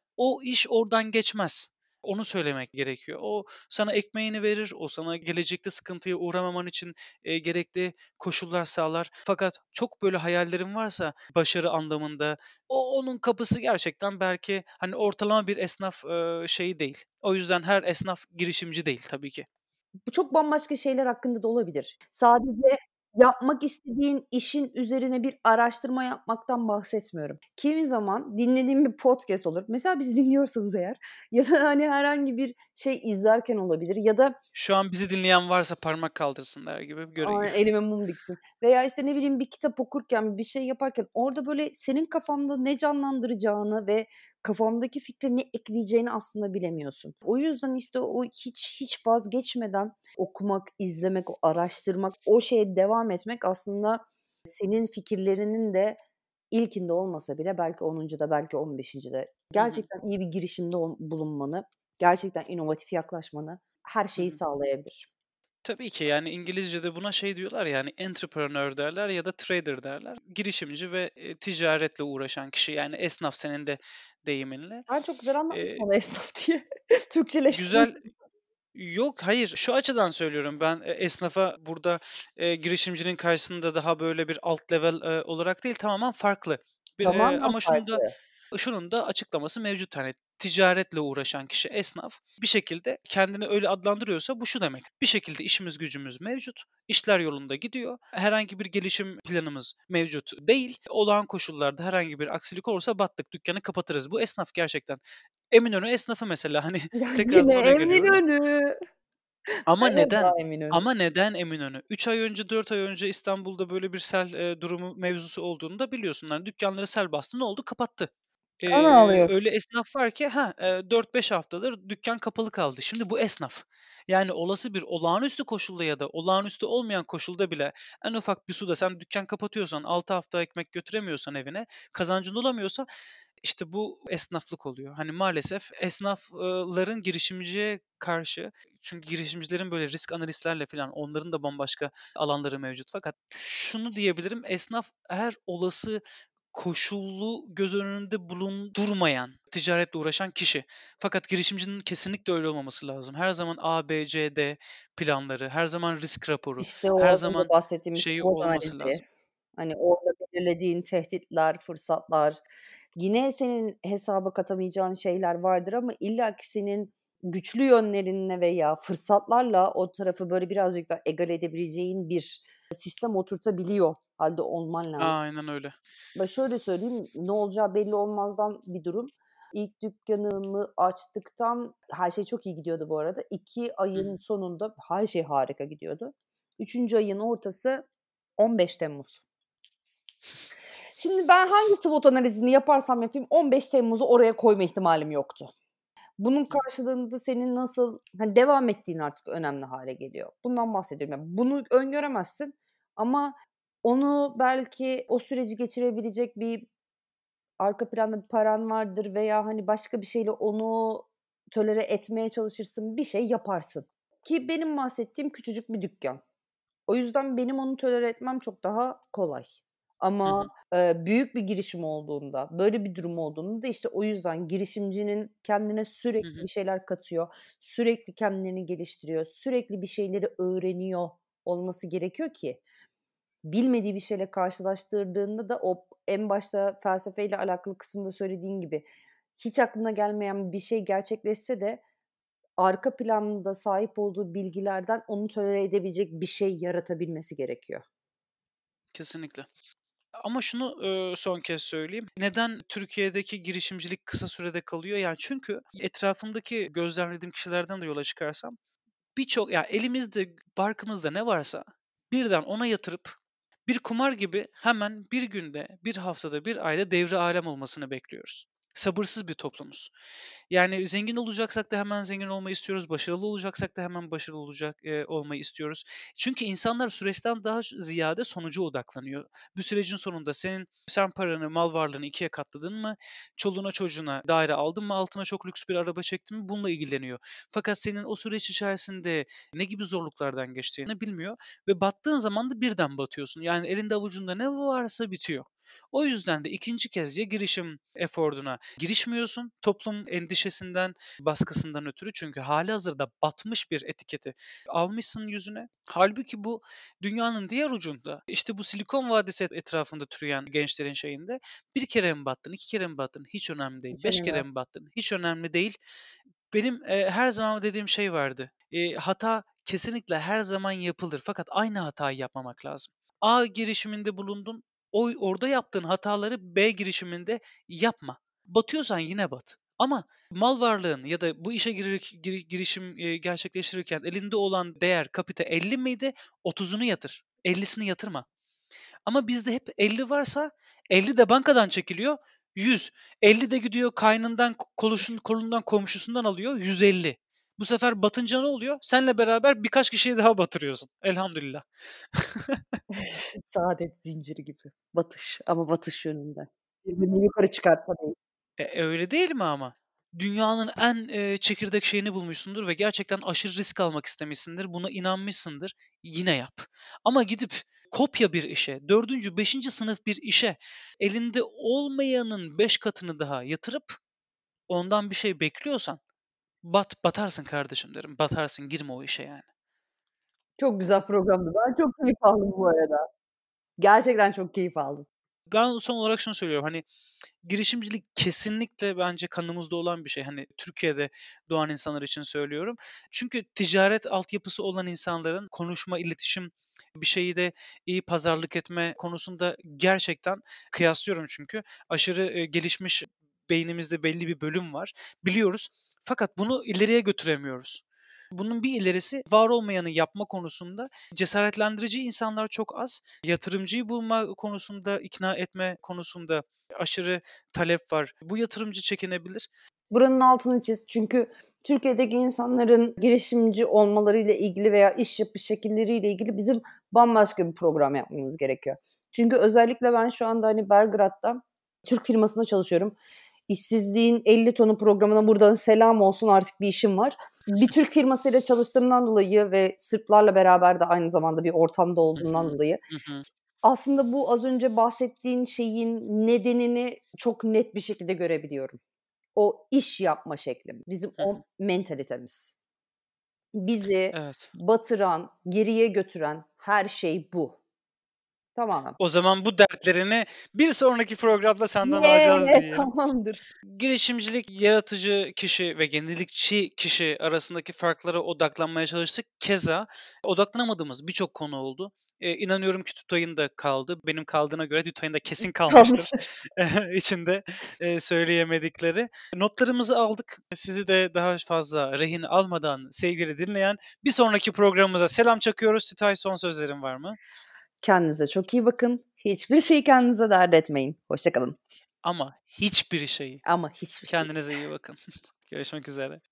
o iş oradan geçmez. Onu söylemek gerekiyor. O sana ekmeğini verir, o sana gelecekte sıkıntıya uğramaman için, gerekli koşullar sağlar. Fakat çok böyle hayallerin varsa başarı anlamında, onun kapısı gerçekten belki, hani, ortalama bir esnaf, şeyi değil. O yüzden her esnaf girişimci değil tabii ki. Bu çok bambaşka şeyler hakkında da olabilir. Sadece yapmak istediğin işin üzerine bir araştırma yapmaktan bahsetmiyorum. Kimi zaman dinlediğim bir podcast olur. Mesela bizi dinliyorsanız eğer ya da, hani, herhangi bir şey izlerken olabilir ya da Şu an bizi dinleyen varsa parmak kaldırsınlar gibi göreyim. elime mum diksin veya, işte, ne bileyim, bir kitap okurken, bir şey yaparken orada, böyle, senin kafanda ne canlandıracağını ve kafandaki fikre ne ekleyeceğini aslında bilemiyorsun. O yüzden, işte, o hiç vazgeçmeden okumak, izlemek, o araştırmak, o şeye devam etmek aslında senin fikirlerinin de ilkinde olmasa bile belki 10'uncuda, belki 15'incide Hı hı. gerçekten iyi bir girişimde bulunmanı, gerçekten inovatif yaklaşmanı her Hı şeyi hı. sağlayabilir. Tabii ki, yani, İngilizce'de buna şey diyorlar ya, hani, entrepreneur derler ya da trader derler. Girişimci ve, ticaretle uğraşan kişi, yani, esnaf senin de deyiminle. Sen çok güzel anlatmışsın Eee, onu esnaf diye. Türkçeleştirmişsin. güzel Yok, hayır, şu açıdan söylüyorum ben, esnafa burada, girişimcinin karşısında daha böyle bir alt level, olarak değil, tamamen farklı. Tamamen Ama farklı. şunun da açıklaması mevcut, hani, ticaretle uğraşan kişi esnaf. Bir şekilde kendini öyle adlandırıyorsa bu şu demek: Bir şekilde işimiz gücümüz mevcut, işler yolunda gidiyor, herhangi bir gelişim planımız mevcut değil, olağan koşullarda herhangi bir aksilik olursa battık, dükkânı kapatırız. Bu esnaf gerçekten. Eminönü esnafı mesela, hani, Ya tekrardan yine oraya geliyorum. Eminönü. Ama Evet, neden? daha Eminönü. Ama neden Eminönü? 3 ay önce, 4 ay önce İstanbul'da böyle bir sel, durumu mevzusu olduğunu da biliyorsun. Hani dükkânları sel bastı. Ne oldu? Kapattı. Kan ağlıyor. Öyle esnaf var ki 4-5 haftadır dükkân kapalı kaldı. Şimdi bu esnaf. Yani olası bir olağanüstü koşulda ya da olağanüstü olmayan koşulda bile en ufak bir suda sen dükkân kapatıyorsan, 6 hafta ekmek götüremiyorsan evine, kazancın olamıyorsa işte bu esnaflık oluyor. Hani maalesef esnafların girişimciye karşı çünkü girişimcilerin böyle risk analistlerle filan onların da bambaşka alanları mevcut. Fakat şunu diyebilirim, esnaf her olası koşulu göz önünde bulundurmayan, ticaretle uğraşan kişi. Fakat girişimcinin kesinlikle öyle olmaması lazım. Her zaman A, B, C, D planları, her zaman risk raporu, İşte o her az önce zaman bahsettiğimiz şeyi SWOT olması analizi. lazım. Hani, orada belirlediğin tehditler, fırsatlar, yine senin hesaba katamayacağın şeyler vardır ama illaki senin güçlü yönlerinle veya fırsatlarla o tarafı, böyle, birazcık daha egale edebileceğin bir sistem oturtabiliyor hâlde olman lazım. Aynen öyle. Ve şöyle söyleyeyim, ne olacağı belli olmazdan bir durum. İlk dükkânımı açtıktan her şey çok iyi gidiyordu bu arada. 2 Hı ayın hı. sonunda her şey harika gidiyordu. 3'üncü ayın ortası 15 Temmuz. Şimdi ben hangi SWOT analizini yaparsam yapayım 15 Temmuz'u oraya koyma ihtimalim yoktu. Bunun Hı. karşılığında senin nasıl, hani, devam ettiğin artık önemli hâle geliyor. Bundan bahsediyorum. Yani, bunu öngöremezsin ama onu belki o süreci geçirebilecek bir arka planda bir paran vardır veya, hani, başka bir şeyle onu tolere etmeye çalışırsın, bir şey yaparsın. Ki benim bahsettiğim küçücük bir dükkân. O yüzden benim onu tolere etmem çok daha kolay. Hı Ama, hı. büyük bir girişim olduğunda, böyle bir durum olduğunda işte o yüzden girişimcinin kendine Hı sürekli hı. bir şeyler katıyor, sürekli kendilerini geliştiriyor, sürekli bir şeyleri öğreniyor olması gerekiyor ki bilmediği bir şeyle karşılaştırdığında da o en başta felsefeyle alakalı kısımda söylediğin gibi hiç aklına gelmeyen bir şey gerçekleşse de arka planda sahip olduğu bilgilerden onu tolere edebilecek bir şey yaratabilmesi gerekiyor. Kesinlikle. Ama şunu, son kez söyleyeyim. Neden Türkiye'deki girişimcilik kısa sürede kalıyor? Yani çünkü etrafımdaki gözlemlediğim kişilerden de yola çıkarsam birçok ya elimizde, barkımızda ne varsa birden ona yatırıp bir kumar gibi hemen bir günde, bir haftada, bir ayda devri alem olmasını bekliyoruz. Sabırsız bir toplumuz. Yani zengin olacaksak da hemen zengin olmayı istiyoruz. Başarılı olacaksak da hemen başarılı olmayı istiyoruz. Çünkü insanlar süreçten daha ziyade sonuca odaklanıyor. Bu sürecin sonunda sen paranı, mal varlığını ikiye katladın mı? Çoluğuna çocuğuna daire aldın mı? Altına çok lüks bir araba çektin mi? Bununla ilgileniyor. Fakat senin o süreç içerisinde ne gibi zorluklardan geçtiğini bilmiyor ve battığın zaman da birden batıyorsun. Yani elinde avucunda ne varsa bitiyor. O yüzden de ikinci kez ya girişim eforuna girişmiyorsun toplum endişesinden, baskısından ötürü çünkü hâlihazırda batmış bir etiketi almışsın yüzüne. Hâlbuki bu dünyanın diğer ucunda, işte bu Silikon Vadisi etrafında türeyen gençlerin şeyinde bir kere mi battın, 2 kere mi battın hiç önemli değil. Hiç 5 önemi kere yok. mi battın hiç önemli değil. Benim, her zaman dediğim şey vardı. Hata kesinlikle her zaman yapılır fakat aynı hatayı yapmamak lazım. A girişiminde bulundun, orada yaptığın hataları B girişiminde yapma. Batıyorsan yine bat. Ama mal varlığın ya da bu işe girişim, gerçekleştirirken elinde olan değer, kapite 50 miydi? 30'unu yatır. 50'sini yatırma. Ama bizde hep 50 varsa 50 de bankadan çekiliyor, 100. 50 de gidiyor kaynından, kolundan, komşusundan alıyor, 150. Bu sefer batınca ne oluyor? Senle beraber birkaç kişiyi daha batırıyorsun. Elhamdülillah. Saadet zinciri gibi. Batış ama batış yönünde. Birbirini yukarı çıkartma değil. Öyle değil mi ama? Dünyanın en, çekirdek şeyini bulmuşsundur ve gerçekten aşırı risk almak istemişsindir. Buna inanmışsındır. Yine yap. Ama gidip kopya bir işe, dördüncü, beşinci sınıf bir işe elinde olmayanın 5 katını daha yatırıp ondan bir şey bekliyorsan batarsın kardeşim derim. Batarsın, girme o işe yani. Çok güzel programdı. Ben çok keyif aldım bu arada. Gerçekten çok keyif aldım. Ben son olarak şunu söylüyorum, hani, girişimcilik kesinlikle bence kanımızda olan bir şey. Hani, Türkiye'de doğan insanlar için söylüyorum. Çünkü ticaret altyapısı olan insanların konuşma, iletişim, bir şeyi de iyi pazarlık etme konusunda gerçekten kıyaslıyorum çünkü aşırı, gelişmiş beynimizde belli bir bölüm var. Biliyoruz fakat bunu ileriye götüremiyoruz. Bunun bir ilerisi var olmayanı yapma konusunda cesaretlendirici insanlar çok az. Yatırımcıyı bulma konusunda, ikna etme konusunda aşırı talep var. Bu yatırımcı çekinebilir. Buranın altını çiz. Çünkü Türkiye'deki insanların girişimci olmalarıyla ilgili veya iş yapış şekilleriyle ilgili bizim bambaşka bir program yapmamız gerekiyor. Çünkü özellikle ben şu anda hani Belgrad'da Türk firmasında çalışıyorum. İşsizliğin 50 tonu programına buradan selam olsun artık bir işim var. Bir Türk firmasıyla çalıştığımdan dolayı ve Sırplarla beraber de aynı zamanda bir ortamda Hı olduğumdan hı. dolayı Hı hı. aslında bu az önce bahsettiğin şeyin nedenini çok net bir şekilde görebiliyorum. O iş yapma şekli, bizim Hı hı. o mentalitemiz. Bizi Evet. batıran, geriye götüren her şey bu. Tamamen. O zaman bu dertlerini bir sonraki programda senden alacağız Yeah, diyelim. tamamdır. Girişimcilik, yaratıcı kişi ve yenilikçi kişi arasındaki farklara odaklanmaya çalıştık. Keza odaklanamadığımız birçok konu oldu. İnanıyorum ki Tutay'ın da kaldı. Benim kaldığına göre Tutay'ın da kesin kalmıştır Kalmıştır. içinde söyleyemedikleri. Notlarımızı aldık. Sizi de daha fazla rehin almadan sevgili dinleyen bir sonraki programımıza selam çakıyoruz. Tutay, son sözlerin var mı? Kendinize çok iyi bakın. Hiçbir şeyi kendinize dert etmeyin. Hoşça kalın. Ama hiçbir şeyi. Ama hiçbir şey. Kendinize iyi bakın. Görüşmek üzere.